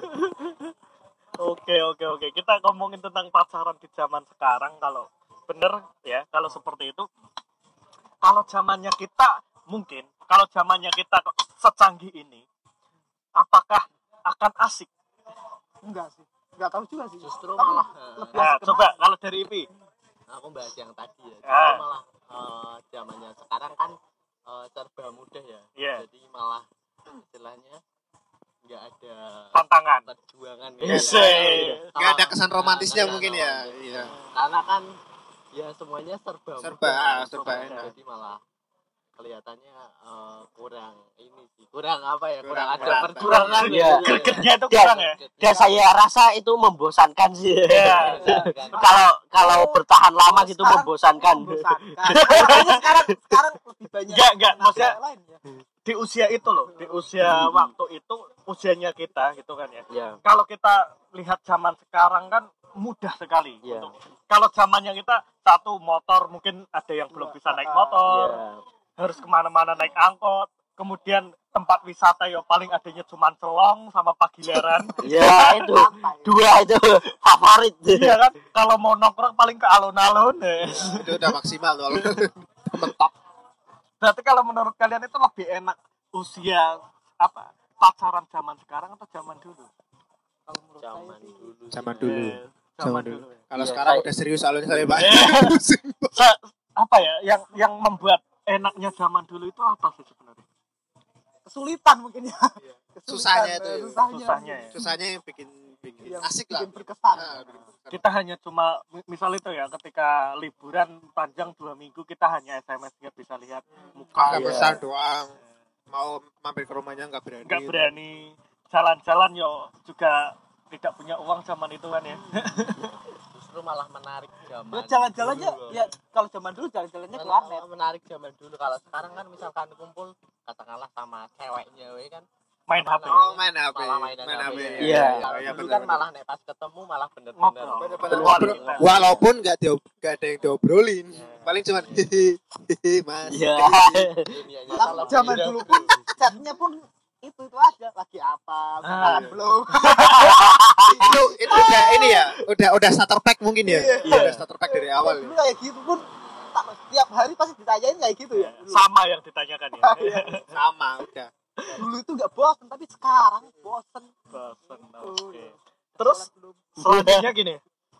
Oke. Kita ngomongin tentang pacaran di zaman sekarang. Kalau bener ya, kalau seperti itu, kalau zamannya kita mungkin, kalau zamannya kita kok secanggih ini, apakah akan asik? Enggak sih. Enggak tahu juga sih. Justru Tapi malah lebih Nah, asik coba kalau dari Ipi. aku bahas yang tadi ya. Justru Ah. malah zamannya sekarang kan serba mudah ya. Iya. Jadi malah istilahnya nggak ada Tantangan. perjuangan Yes, ya. Nggak ada kesan Kalau- romantisnya nggak ada mungkin ya. romantis. Iya. Karena kan ya semuanya serba Serba mudah. enak. Jadi malah kelihatannya kurang ini sih, kurang apa ya, kurang Kurang ada merata. perjuangan Iya. Gregetnya itu kurang ya. Dan saya rasa itu membosankan sih. Iya. Kalau bertahan lama gitu Sekarang membosankan. Kayaknya sekarang lebih banyak. Enggak, maksudnya- lain ya. Di usia itu loh, di usia waktu itu, usianya kita gitu kan ya. Ya. Kalau kita lihat zaman sekarang kan mudah sekali. Iya. Kalau zamannya kita satu motor, mungkin ada yang belum bisa naik motor, Iya. harus kemana-mana naik angkot. Kemudian tempat wisata ya paling adanya cuma Celong sama Pagilaran. Ya itu dua itu favorit. Iya kan? Kalau mau nongkrong paling ke alun-alun. Itu udah maksimal tuh. Mentok. Berarti kalau menurut kalian itu lebih enak usia apa pacaran zaman sekarang atau zaman dulu? Kalau menurut saya Zaman sih dulu. Zaman dulu. Zaman dulu. Kalau Iya, sekarang saya- udah serius alurnya saya Pak. Apa ya yang membuat enaknya zaman dulu itu apa sih sebenarnya? kesulitan mungkin ya. Kesulitan, Susahnya itu ya. Susahnya ya. Susahnya yang bikin Yang asik lah. bikin berkesan. Bikin berkesan. Kita hanya cuma misal itu ya ketika liburan panjang 2 minggu kita hanya SMS nggak bisa lihat muka, Kakak Iya. besar doang. Mau mampir ke rumahnya nggak berani. nggak berani jalan-jalan yo juga tidak punya uang zaman itu kan ya. Justru malah menarik zaman. Ya, jalan-jalannya dulu. ya kalau zaman dulu jalan-jalannya ke Malah warnet. menarik zaman dulu. Kalau sekarang kan misalkan kumpul katakanlah sama ceweknya we kan Main HP. Oh main HP. malah mainan Main HP. Iya. Kalau Iya, dulu benar, kan benar. malah nek pas ketemu malah bener-bener Ngobrol. Bener-bener Bener. walaupun nggak ada yang diobrolin, paling cuma hehehe mas. Iya. ini aja Tapi kalau zaman beda. dulu pun chatnya pun itu aja lagi apa, Ah. belum. itu udah ini ya, udah starter pack mungkin ya. Iya. Udah starter pack dari awal. Dulu Ya. kayak gitu pun tiap hari pasti ditanyain kayak gitu ya. Dulu. Sama yang ditanyakan ya. Sama udah. Dulu itu nggak bosen, tapi sekarang bosen. Bosen, Oh, oke. iya. Terus Belum. selanjutnya gini.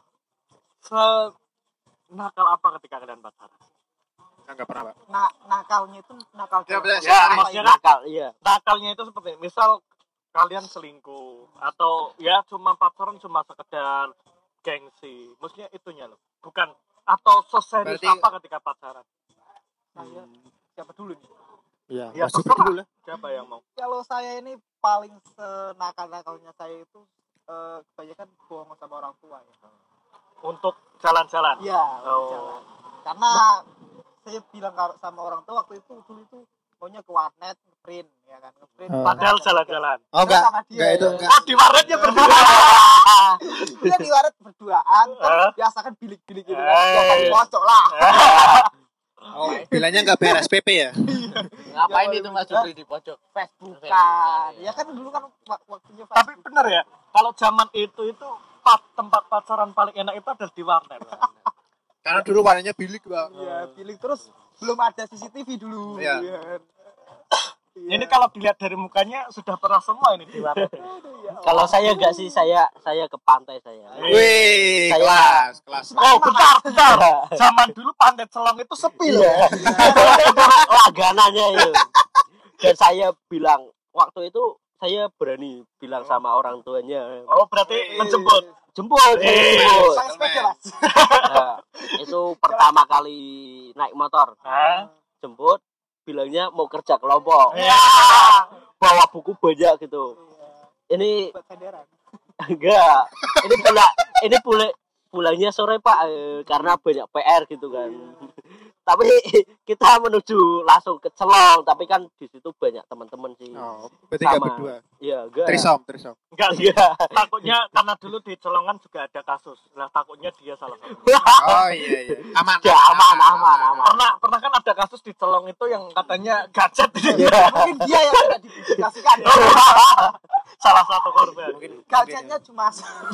Nakal apa ketika kalian pacaran? Enggak pernah, Pak. Nakalnya itu nakal Ya, cewek. betul. Ya, maksudnya kan Nakal, iya. nakalnya itu seperti misal kalian selingkuh atau ya cuma pacaran cuma sekedar gengsi. Maksudnya itunya loh. Bukan atau seserius Berarti- apa ketika pacaran? Saya siapa dulu nih? Iya, Ya, Mas Jupri terserah. dulu lah. Siapa yang mau? Kalau saya ini paling senakal-nakalnya saya itu kebanyakan bohong sama orang tua ya. Untuk jalan-jalan. Iya, Oh. jalan. Karena saya bilang sama orang tua waktu itu dulu itu maunya ke warnet ngeprint ya kan, ngeprint. Oh. Padahal jalan-jalan. Oh enggak, Sama dia. enggak itu enggak. Oh, di warnetnya berdua. Dia di warnet berduaan, kan Eh. biasa kan bilik-bilik gitu kan. Eh. Ya kan di pojok lah. Oh, bilangnya enggak bayar SPP ya? Ngapain itu Mas Jupri di pojok? Facebookan. Ya kan dulu kan waktunya Tapi Facebook. bener ya, kalau zaman itu tempat pacaran paling enak itu adalah di warnet. Karena dulu warnanya bilik, Bang. Iya, bilik terus belum ada CCTV dulu. Iya. ya kan. Iya. Ini kalau dilihat dari mukanya sudah pernah semua ini di warnet. Kalau saya enggak sih, saya ke pantai saya. Wih, Saya- kelas. Oh, bentar. Zaman dulu pantai Celong itu sepi loh. Iya. Langganannya itu. Dan saya bilang waktu itu saya berani bilang sama orang tuanya. Oh, berarti menjemput. Jemput, saya jemput. Pakai sepeda, Mas. Nah, itu pertama kali naik motor. Hah? Jemput, bilangnya mau kerja kelompok. Ya. Bawa buku banyak gitu. Ini Buat senderan. enggak. Ini pulangnya sore Pak karena banyak PR gitu kan. Tapi kita menuju langsung ke Celong, tapi kan di situ banyak teman-teman sih. Oh, berarti enggak Sama. berdua. Iya, enggak. Trisom. Enggak sih. Iya. Takutnya karena dulu di Colongan juga ada kasus. Lah takutnya dia salah satu. Oh iya. Aman. Ya, aman. Pernah kan ada kasus di Celong itu yang katanya gadget. Mungkin dia yang tidak dipublikasikan. Salah satu korban. Gadgetnya cuma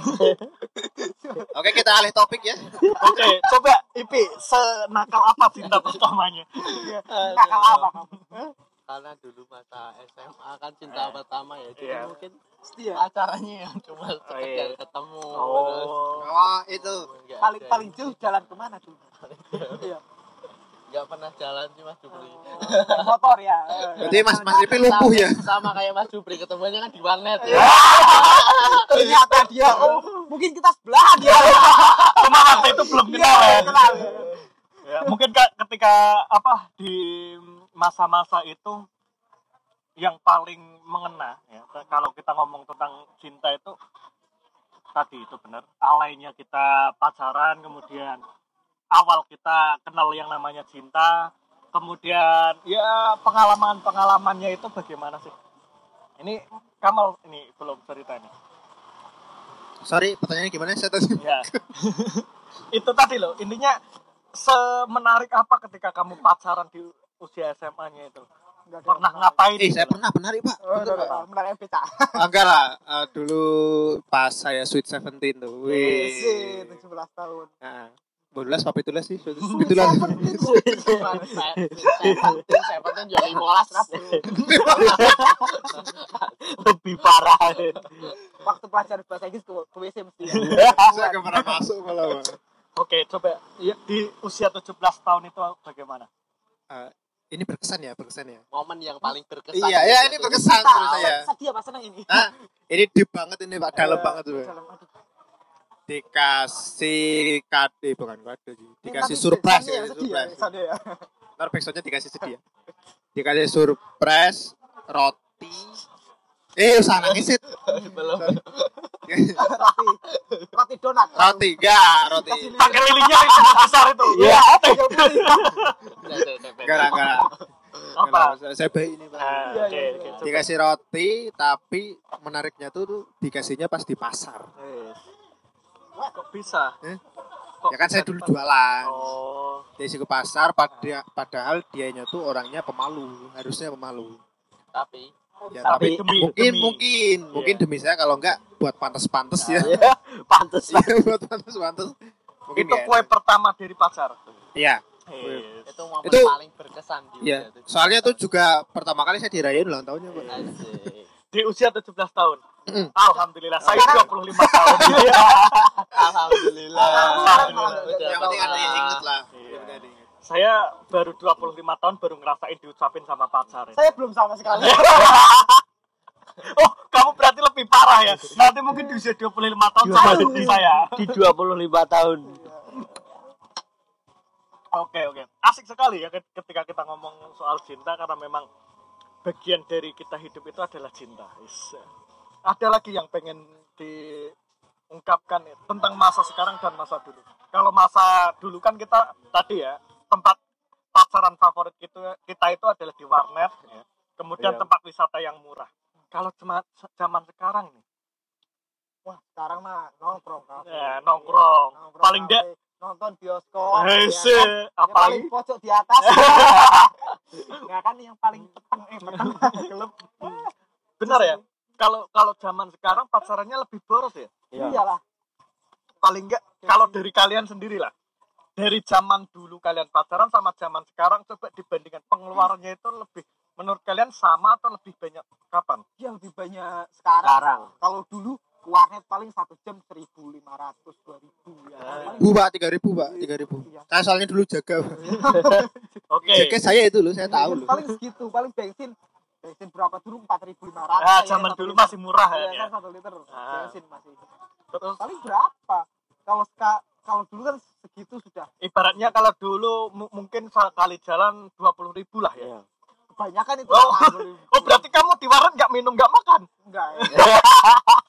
Oke, kita alih topik ya. Oke, coba Ipi, senakal apa cinta pertamanya? nakal apa kamu? Karena dulu masa SMA kan cinta pertama ya, jadi Iya. mungkin Setia. acaranya yang cuma sekedar iya. ketemu Oh. Oh, itu. terus Paling jauh jalan kemana tuh? Iya. nggak pernah jalan sih Mas Jupri. Motor ya. Berarti Mas Ipi lumpuh ya. Sama kayak Mas Jupri, ketemunya kan di warnet Iya. ya. Ternyata dia mungkin kita sebelahan ya. Cuma waktu itu belum kenal ya. Kenal. Ya, mungkin ketika di masa-masa itu yang paling mengena ya, kalau kita ngomong tentang cinta itu tadi itu benar, alainya kita pacaran, kemudian awal kita kenal yang namanya cinta, kemudian ya pengalamannya itu bagaimana sih? Ini Kamal ini belum cerita ini. Sorry, pertanyaannya gimana? Saya tadi. Ya. Itu tadi loh, intinya semenarik apa ketika kamu pacaran di usia SMA-nya itu? Pernah ngapain? Saya pernah menarik, Pak. Benar FPK. Enggak lah, dulu pas saya Sweet 17 tuh. Sih, Wih. 17 tahun. Nah, 12 apa itulah sih? Itulah. Saya penting jual 15 Mas. Lebih parah. Waktu pelajaran bahasa Inggris ke WC mesti. Saya enggak pernah masuk malah, Pak. Oke, coba ya, di usia 17 tahun itu bagaimana? Ini berkesan ya. Momen yang paling berkesan. Iya, ya ini berkesan terus saya. Sedih apa senang ini? Nah, ini deep banget ini Pak, dalam banget tuh. Dikasih kado, bukan kado sih. Dikasih surprise ya, surprise. Sedih ya. Ntar backsoundnya dikasih sedih ya. Dikasih surprise, roti. Usah nangis sih. Belum. Roti donat. Roti, enggak, roti. Pakai lilinnya itu besar itu. Iya. Enggak. Apa? Saya bayi ini, Pak. Oke, coba. Dikasih roti, tapi menariknya tuh dikasihnya pas di pasar. Kok bisa? Ya kan saya dulu jualan. Oh. Dikasih ke pasar, padahal dianya tuh orangnya pemalu, harusnya pemalu. Tapi Ya, Tapi tapi mungkin demi saya, kalau enggak buat pantes-pantes ya. Pantes lah. Buat pantes-pantes. Mungkin Itu ya. kue pertama dari pacar. Iya. itu momen Itu- paling berkesan di Iya. usia itu. Soalnya tuh juga pertama kali saya dirayain ulang tahunnya, Pak. Asik. Di usia 17 tahun. Mm. Alhamdulillah, saya 25 tahun. Alhamdulillah. Yang penting ada yang inget lah. Iya. Yang penting ada yang inget. Saya baru 25 tahun baru ngerasain diucapin sama pacar. Saya belum sama sekali. Oh, kamu berarti lebih parah ya. Nanti mungkin di usia 25 tahun sama seperti saya. Di 25 tahun. Oke. Asik sekali ya ketika kita ngomong soal cinta, karena memang bagian dari kita hidup itu adalah cinta. Yes. Ada lagi yang pengen diungkapkan ya, tentang masa sekarang dan masa dulu. Kalau masa dulu kan kita tadi ya, tempat pacaran favorit kita itu adalah di warnet ya. Kemudian Iya. tempat wisata yang murah. Kalau zaman sekarang nih, Wah, sekarang mah nongkrong kafe. ya, nongkrong. Nongkrong Paling kafe, dek nonton bioskop. Hese, ya kan? Yang apalagi paling pojok di atas. Nggak kan yang paling peteng gelap. benar ya. Kalau zaman sekarang pacarannya lebih boros ya. Iyalah. Paling enggak kalau dari kalian sendiri lah. Dari zaman dulu kalian pacaran sama zaman sekarang, coba dibandingkan pengeluarannya itu lebih, menurut kalian sama atau lebih banyak kapan? Yang lebih banyak sekarang. Sekarang. Kalau dulu warnet paling 1 jam 1.500 2.000 ya. Paling Bu, Pak, 3.000, Pak, 3.000. Iya. Saya soalnya dulu jaga. Oke. Jaga saya itu loh, saya tahu loh. paling segitu, paling bensin berapa dulu 4.500. Ah, ya, zaman 1 dulu liter. masih murah Iya, ya. kan 1 liter Ah. bensin masih. Terus Paling berapa? Kalau dulu kan segitu sudah. ibaratnya kalau dulu mungkin sekali jalan 20.000 lah ya. Kebanyakan itu. Oh, berarti kamu di warnet nggak minum nggak makan? Enggak.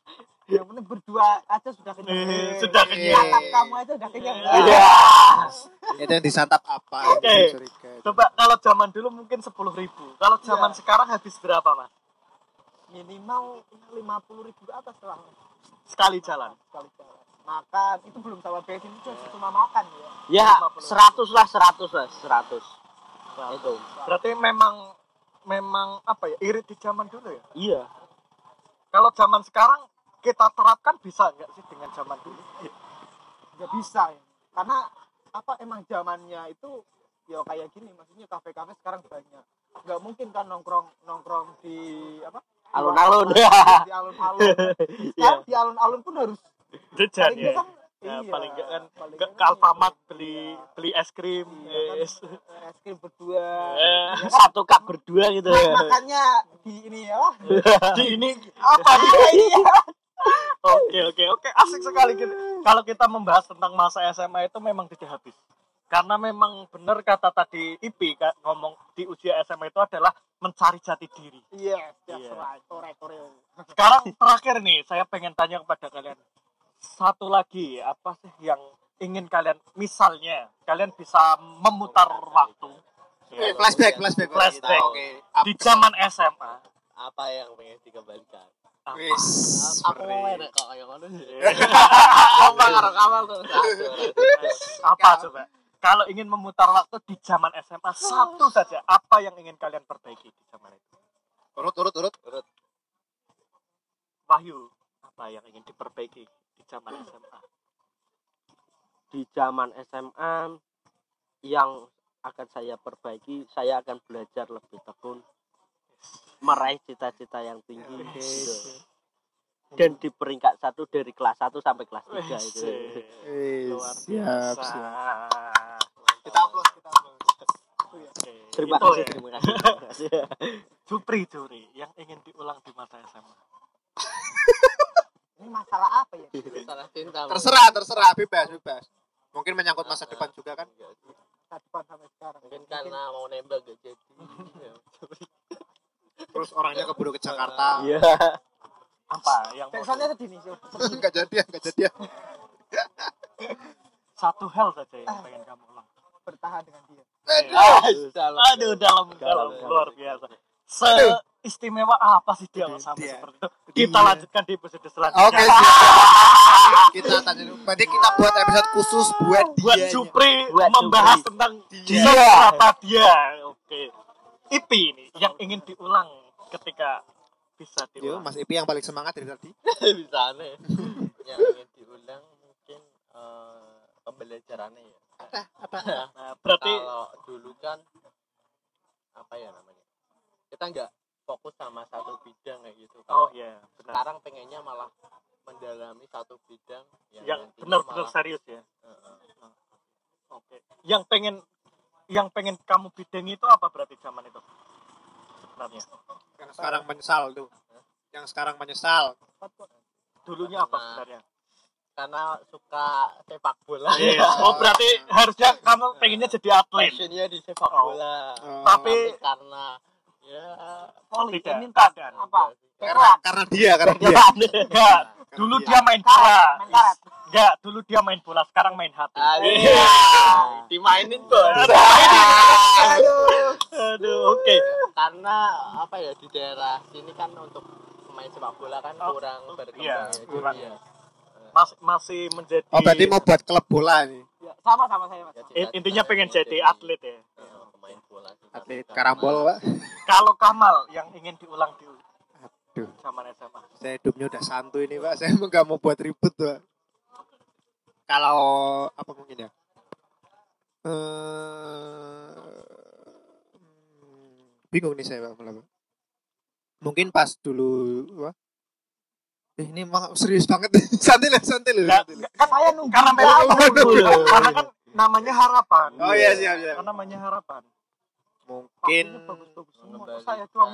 Yang penting berdua aja sudah kenyang. Sudah kenyang. Atap kamu aja udah kenyang. Iya. Itu yang disantap apa? Oke. Yang dicurigai. Coba kalau zaman dulu mungkin 10.000. Kalau zaman Iya. sekarang habis berapa, Mas? Minimal 50.000 ke atas lah Sekali jalan. sekali jalan. Makan itu belum sama bensin, itu cuma makan ya. Ya 100 lah 100 lah 100 itu. Berarti memang apa ya? Irit di zaman dulu ya. Iya. Kalau zaman sekarang kita terapkan bisa nggak sih dengan zaman dulu? Nggak bisa ya. Karena apa emang zamannya itu ya kayak gini, maksudnya kafe-kafe sekarang banyak. Nggak mungkin kan nongkrong di apa? Alun-alun. Di alun-alun. Sekarang di alun-alun pun harus Jajan paling nggak ya. kan Ya, iya, paling nggak kan paling ke nggak kan Alfamart beli es krim. Iya, kan. Yes. es krim berdua. Satu cup berdua gitu. Makannya di ini ya. Di ini apa nih? Oke, asik sekali gitu. Kalau kita membahas tentang masa SMA itu memang tidak habis. Karena memang benar kata tadi Ipi ngomong di usia SMA itu adalah mencari jati diri. Iya, Iya. tore. Sekarang terakhir nih, saya pengen tanya kepada kalian. Satu lagi, apa sih yang ingin kalian, misalnya kalian bisa memutar waktu ya, Flashback. Flashback. Oke. di zaman SMA. Apa yang pengen dikembalikan? Wis. Aku mau enak kok kayak ngono. Apa karo kamal tuh? Apa coba? Kalau ingin memutar waktu di zaman SMA satu saja, apa yang ingin kalian perbaiki di zaman itu? Urut. Wahyu, apa yang ingin diperbaiki di zaman SMA? Di zaman SMA yang akan saya perbaiki, saya akan belajar lebih tekun, meraih cita-cita yang tinggi gitu. Dan di peringkat 1 dari kelas 1 sampai kelas 3 itu. Luar Siap. biasa. Kita upload. Oke, Terima itu kasih, ya. terima kasih. Jupri yang ingin diulang di masa SMA. Ini masalah apa ya? Salah cinta. Terserah, bebas. Mungkin menyangkut masa depan juga kan. Depan sampai sekarang. Mungkin karena mau nembak gak jadi. Terus orangnya keburu ke Jakarta. Iya. Apa yang mau Soalnya tadi nih, Enggak jadi. satu hal saja yang pengen kamu ulang? bertahan dengan dia. Aduh, dalam luar biasa. Seistimewa apa sih dia sampai Dia. seperti itu? Kita lanjutkan di episode selanjutnya. Oke, siap. Kita tanya dulu. Berarti kita buat episode khusus buat Buat dia. Supri Buat membahas Supri. tentang Dia. siapa dia. Oke. Ipi ini yang ingin diulang ketika bisa Yo, diulang. Mas Ipi yang paling semangat dari tadi. Bisa nih. Yang ingin diulang mungkin pembelajarannya ya. Nah, berarti Kalau dulu kan apa ya namanya? Kita nggak fokus sama satu bidang kayak gitu. oh Kalau ya, benar. sekarang pengennya malah mendalami satu bidang Yang nantinya benar-benar malah- serius ya. Heeh. Oke. Yang pengen kamu bidangi itu apa berarti zaman itu? Sebenarnya. Yang sekarang menyesal tuh. Yang sekarang menyesal. Dulunya apa sebenarnya? Karena suka sepak bola. Iya. Oh, berarti harusnya kamu pengennya jadi atlet. Passionnya di sepak Oh. bola. Tapi karena ya tidak Ini keadaan. apa? Karena dia. Enggak, dulu dia main bola. Main karet. Enggak, dulu dia main bola, sekarang main hati. iya. Dimainin bos. Aduh, oke. Karena apa ya di daerah sini kan untuk pemain sepak bola kan Oh, kurang iya, berkembang ya. kurang. Jadi ya, Masih menjadi Oh, berarti mau buat klub bola nih. Ya, sama saya Mas. intinya pengen jadi atlet ya. pemain bola sih. Atlet karambol, Pak. Kalau Kamal yang ingin diulang di Aduh, zaman SMA. saya hidupnya udah santuy nih, Pak. Saya nggak mau buat ribut, Pak. Kalau apa mungkin ya? Bingung nih saya, Pak, malah, Pak. Mungkin pas dulu, Pak. Ini mah serius banget. Santai loh. Enggak, Kan saya nunggu. karena memang Waduh. karena kan namanya harapan. Oh iya, siap. Karena namanya harapan. Mungkin bagus-bagus semua. Mengembalikan. Saya doang.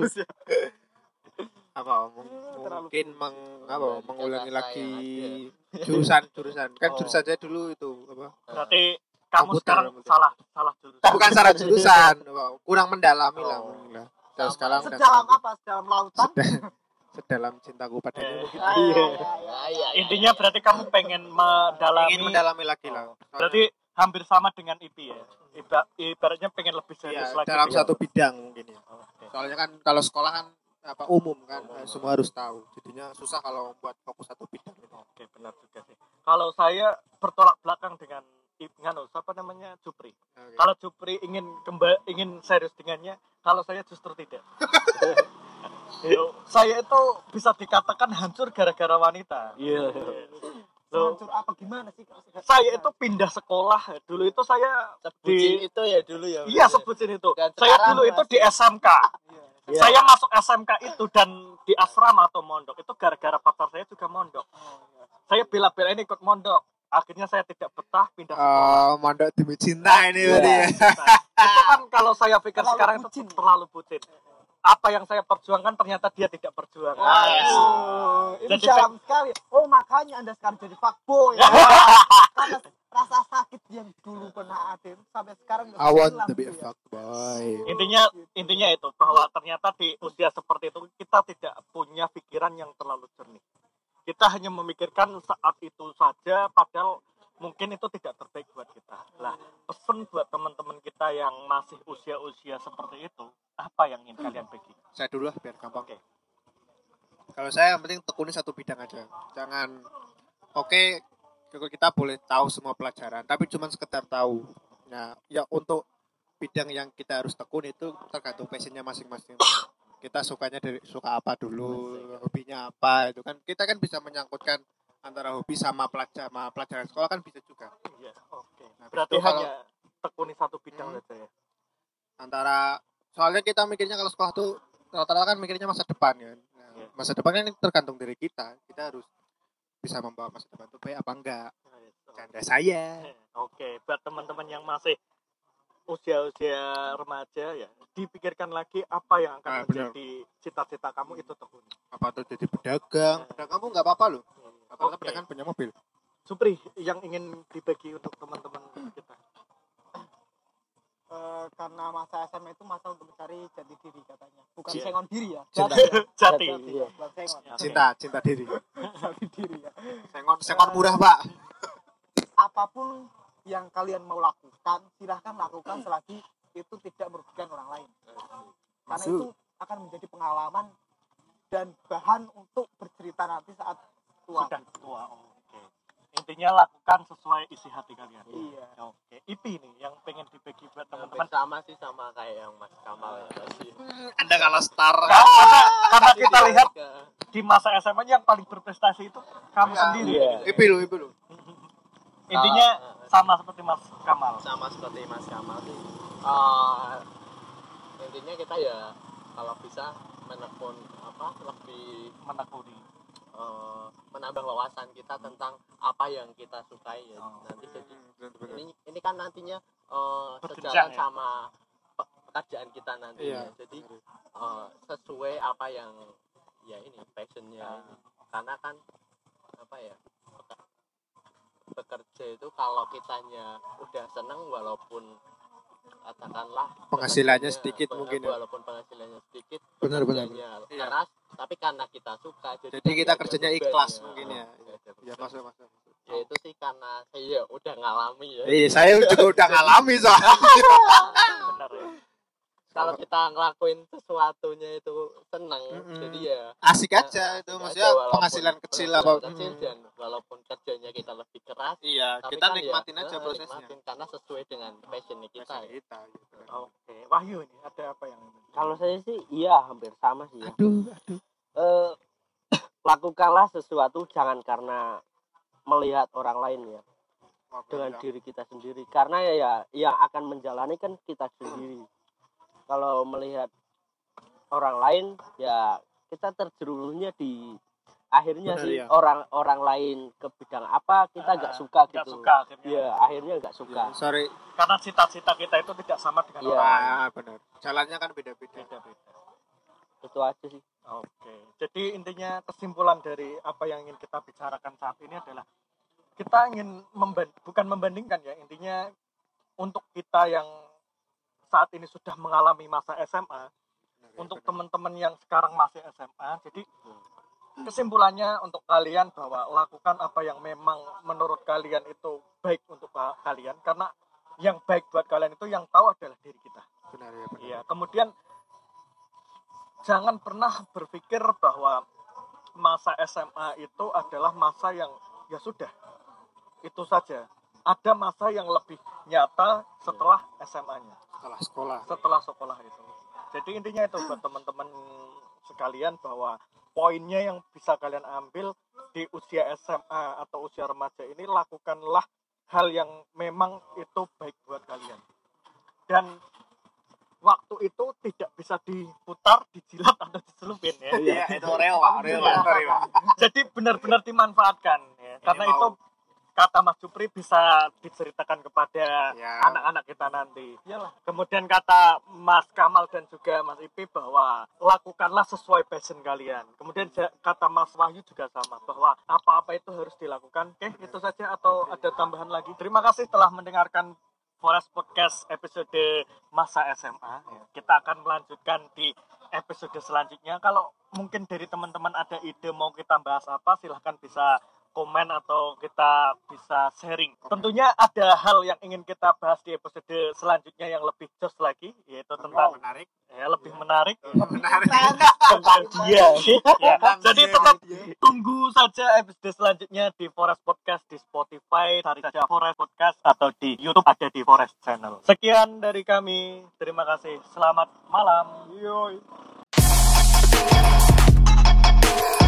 apa Terlalu mungkin mengulangi Rasa lagi yang jurusan kan Oh. jurusan saya dulu itu apa Berarti kamu Komputer, sekarang komputer. salah jurusan. bukan salah jurusan kurang mendalami lah Oh. mungkin lah. Dan sekarang udah Sedalam apa? Sedalam lautan. sedalam cintaku padanya. Iya. Intinya berarti kamu pengen Ingin mendalami lagi lah. Berarti hampir sama dengan IP ya. Ibaratnya pengen lebih serius Iya, lagi. dalam ya. satu bidang mungkin ya. Oke. Soalnya kan kalau sekolah kan umum kan, semua harus tahu. Jadinya susah kalau buat fokus satu bidang gitu. Oke, benar juga sih. Kalau saya bertolak belakang dengan apa namanya Jupri. Oke. Kalau Jupri ingin serius dengannya, kalau saya justru tidak. Saya itu bisa dikatakan hancur gara-gara wanita. Iya. Loh, hancur apa gimana sih? saya itu pindah sekolah. Dulu itu saya Sebutin itu ya dulu ya. Iya, sebutin itu. Dan Saya sekarang dulu itu di SMK. Iya. Saya masuk SMK itu dan di asrama atau mondok itu gara-gara pacar saya juga mondok. Saya bela-belain ikut mondok. Akhirnya saya tidak betah pindah sekolah. Mondok demi cinta ini berarti ya. Itu kan kalau saya pikir Terlalu sekarang bucin. itu terlalu bucin. Apa yang saya perjuangkan ternyata dia tidak perjuangkan. Ini Jadi dalam sekali. Oh, makanya Anda sekarang jadi fuckboy. Karena rasa sakit yang dulu pernah ada itu sampai sekarang nggak I want hilang to be a gitu ya. fuckboy. Intinya itu bahwa ternyata di usia seperti itu kita tidak punya pikiran yang terlalu jernih. Kita hanya memikirkan saat itu saja, padahal mungkin itu tidak terbaik buat kita. Lah, pesan buat teman-teman kita yang masih usia-usia seperti itu, apa yang ingin kalian bagi? Saya dulu lah biar gampang. Oke. Kalau saya yang penting tekuni satu bidang aja. Jangan kita boleh tahu semua pelajaran, tapi cuma sekedar tahu. Nah, ya untuk bidang yang kita harus tekuni itu tergantung passionnya masing-masing. Kita suka apa dulu, hobinya apa itu kan kita kan bisa menyangkutkan antara hobi sama pelajaran sekolah kan bisa juga. Iya, oke. Nah, Berarti itu kalau- hanya tekuni satu bidang saja ya. Antara soalnya kita mikirnya kalau sekolah tuh rata-rata kan mikirnya masa depan kan. Nah, Iya. masa depan kan tergantung dari kita. Kita harus bisa membawa masa depan itu baik apa enggak. Canda saya. Oke, buat teman-teman yang masih usia-usia remaja ya, dipikirkan lagi apa yang akan Benar. menjadi cita-cita kamu itu tekuni. Apa tuh jadi pedagang? Pedagang tuh enggak apa-apa loh. Apalagi Oke. pedagang punya mobil. Supri, yang ingin dibagi untuk teman-teman kita. Karena masa SMA itu masa untuk mencari jati diri katanya. Bukan Iya. sengon diri ya. Cinta. Jati ya. Jati. Iya. Bukan sengon. Cinta diri. Jati diri ya. Sengon murah, Pak. Apapun yang kalian mau lakukan, silahkan lakukan selagi itu tidak merugikan orang lain. Karena Masuk. itu akan menjadi pengalaman dan bahan untuk bercerita nanti saat tua. Sudah tua. Oke. Intinya lakukan sesuai isi hati kalian. Iya. Oke. IP nih yang pengen dibagi buat Hampir teman-teman. sama sih sama kayak yang Mas Kamal ya pasti. Anda kalah star. Karena kita lihat di masa SMA yang paling berprestasi itu kamu sendiri. Iya. Ipi lu. Intinya sama seperti Mas Kamal. Sama seperti Mas Kamal sih. Intinya kita ya kalau bisa menekun lebih Menekuni. menambah wawasan kita tentang apa yang kita sukai ya. Nanti jadi ini kan nantinya Berjenjang sejalan ya? sama pekerjaan kita nantinya. Iya. Jadi sesuai apa yang ya ini passionnya ini. Karena kan apa ya bekerja itu kalau kitanya udah seneng walaupun katakanlah Penghasilannya bekerjanya, sedikit mungkin ya. walaupun penghasilannya sedikit Benar. bekerjanya Iya. keras tapi karena kita suka Jadi kan kita nggak ada kerjanya beban ikhlas ya. mungkin ya. Nggak ada Ya beban. masuk. Ya itu sih karena saya udah ngalami ya. Iya, saya juga udah ngalami soalnya. Benar ya. Kalau kita ngelakuin sesuatunya itu seneng, Mm-mm. jadi ya Asik aja itu asik maksudnya aja, walaupun penghasilan kecil penghasilan apa. kecil dan walaupun kerjanya kita lebih keras, Iya, tapi kita kan nikmatin ya, aja prosesnya. nikmatin karena sesuai dengan passion kita. Passion Ya. kita. Iya, benar. Oke. Wahyu ini ada apa yang Kalau saya sih iya hampir sama sih ya. Aduh. Lakukanlah sesuatu jangan karena melihat orang lain ya, dengan Iya. diri kita sendiri. Karena ya yang akan menjalani kan kita sendiri. Kalau melihat orang lain ya kita terjerumusnya di akhirnya Benar, sih iya. orang lain ke bidang apa kita nggak suka nggak gitu. suka akhirnya? Ya akhirnya nggak suka. Sorry. Karena cita-cita kita itu tidak sama dengan Iya. orang. Benar. Jalannya kan beda-beda. Beda-beda. Itu aja sih. Oke. Jadi intinya kesimpulan dari apa yang ingin kita bicarakan saat ini adalah kita ingin bukan membandingkan ya, intinya untuk kita yang saat ini sudah mengalami masa SMA, untuk benar. teman-teman yang sekarang masih SMA. Jadi kesimpulannya untuk kalian bahwa lakukan apa yang memang menurut kalian itu baik untuk kalian, karena yang baik buat kalian itu yang tahu adalah diri kita. Benar ya, benar. Iya, kemudian jangan pernah berpikir bahwa masa SMA itu adalah masa yang ya sudah itu saja. Ada masa yang lebih nyata setelah SMA-nya, Setelah sekolah itu. Jadi intinya itu buat teman-teman sekalian bahwa poinnya yang bisa kalian ambil di usia SMA atau usia remaja ini, lakukanlah hal yang memang itu baik buat kalian. Dan waktu itu tidak bisa diputar, dijilat atau dicelupin ya. Iya, itu rewa. Jadi benar-benar dimanfaatkan ya. Karena itu kata Mas Jupri bisa diceritakan kepada Ya. anak-anak kita nanti. Iyalah. Kemudian kata Mas Kamal dan juga Mas Ipi bahwa lakukanlah sesuai passion kalian. Kemudian kata Mas Wahyu juga sama, bahwa apa-apa itu harus dilakukan. Oke, itu saja atau ada tambahan lagi? Terima kasih telah mendengarkan Forest Podcast episode masa SMA. Kita akan melanjutkan di episode selanjutnya. Kalau mungkin dari teman-teman ada ide mau kita bahas apa, silahkan bisa komen atau kita bisa sharing. Tentunya ada hal yang ingin kita bahas di episode selanjutnya yang lebih jos lagi, yaitu tentang menarik. lebih menarik. Tentang dia. Ya, jadi tetap tunggu saja episode selanjutnya di Forest Podcast di Spotify, cari saja Forest Podcast, atau di YouTube ada di Forest Channel. Sekian dari kami. Terima kasih. Selamat malam. Yoi.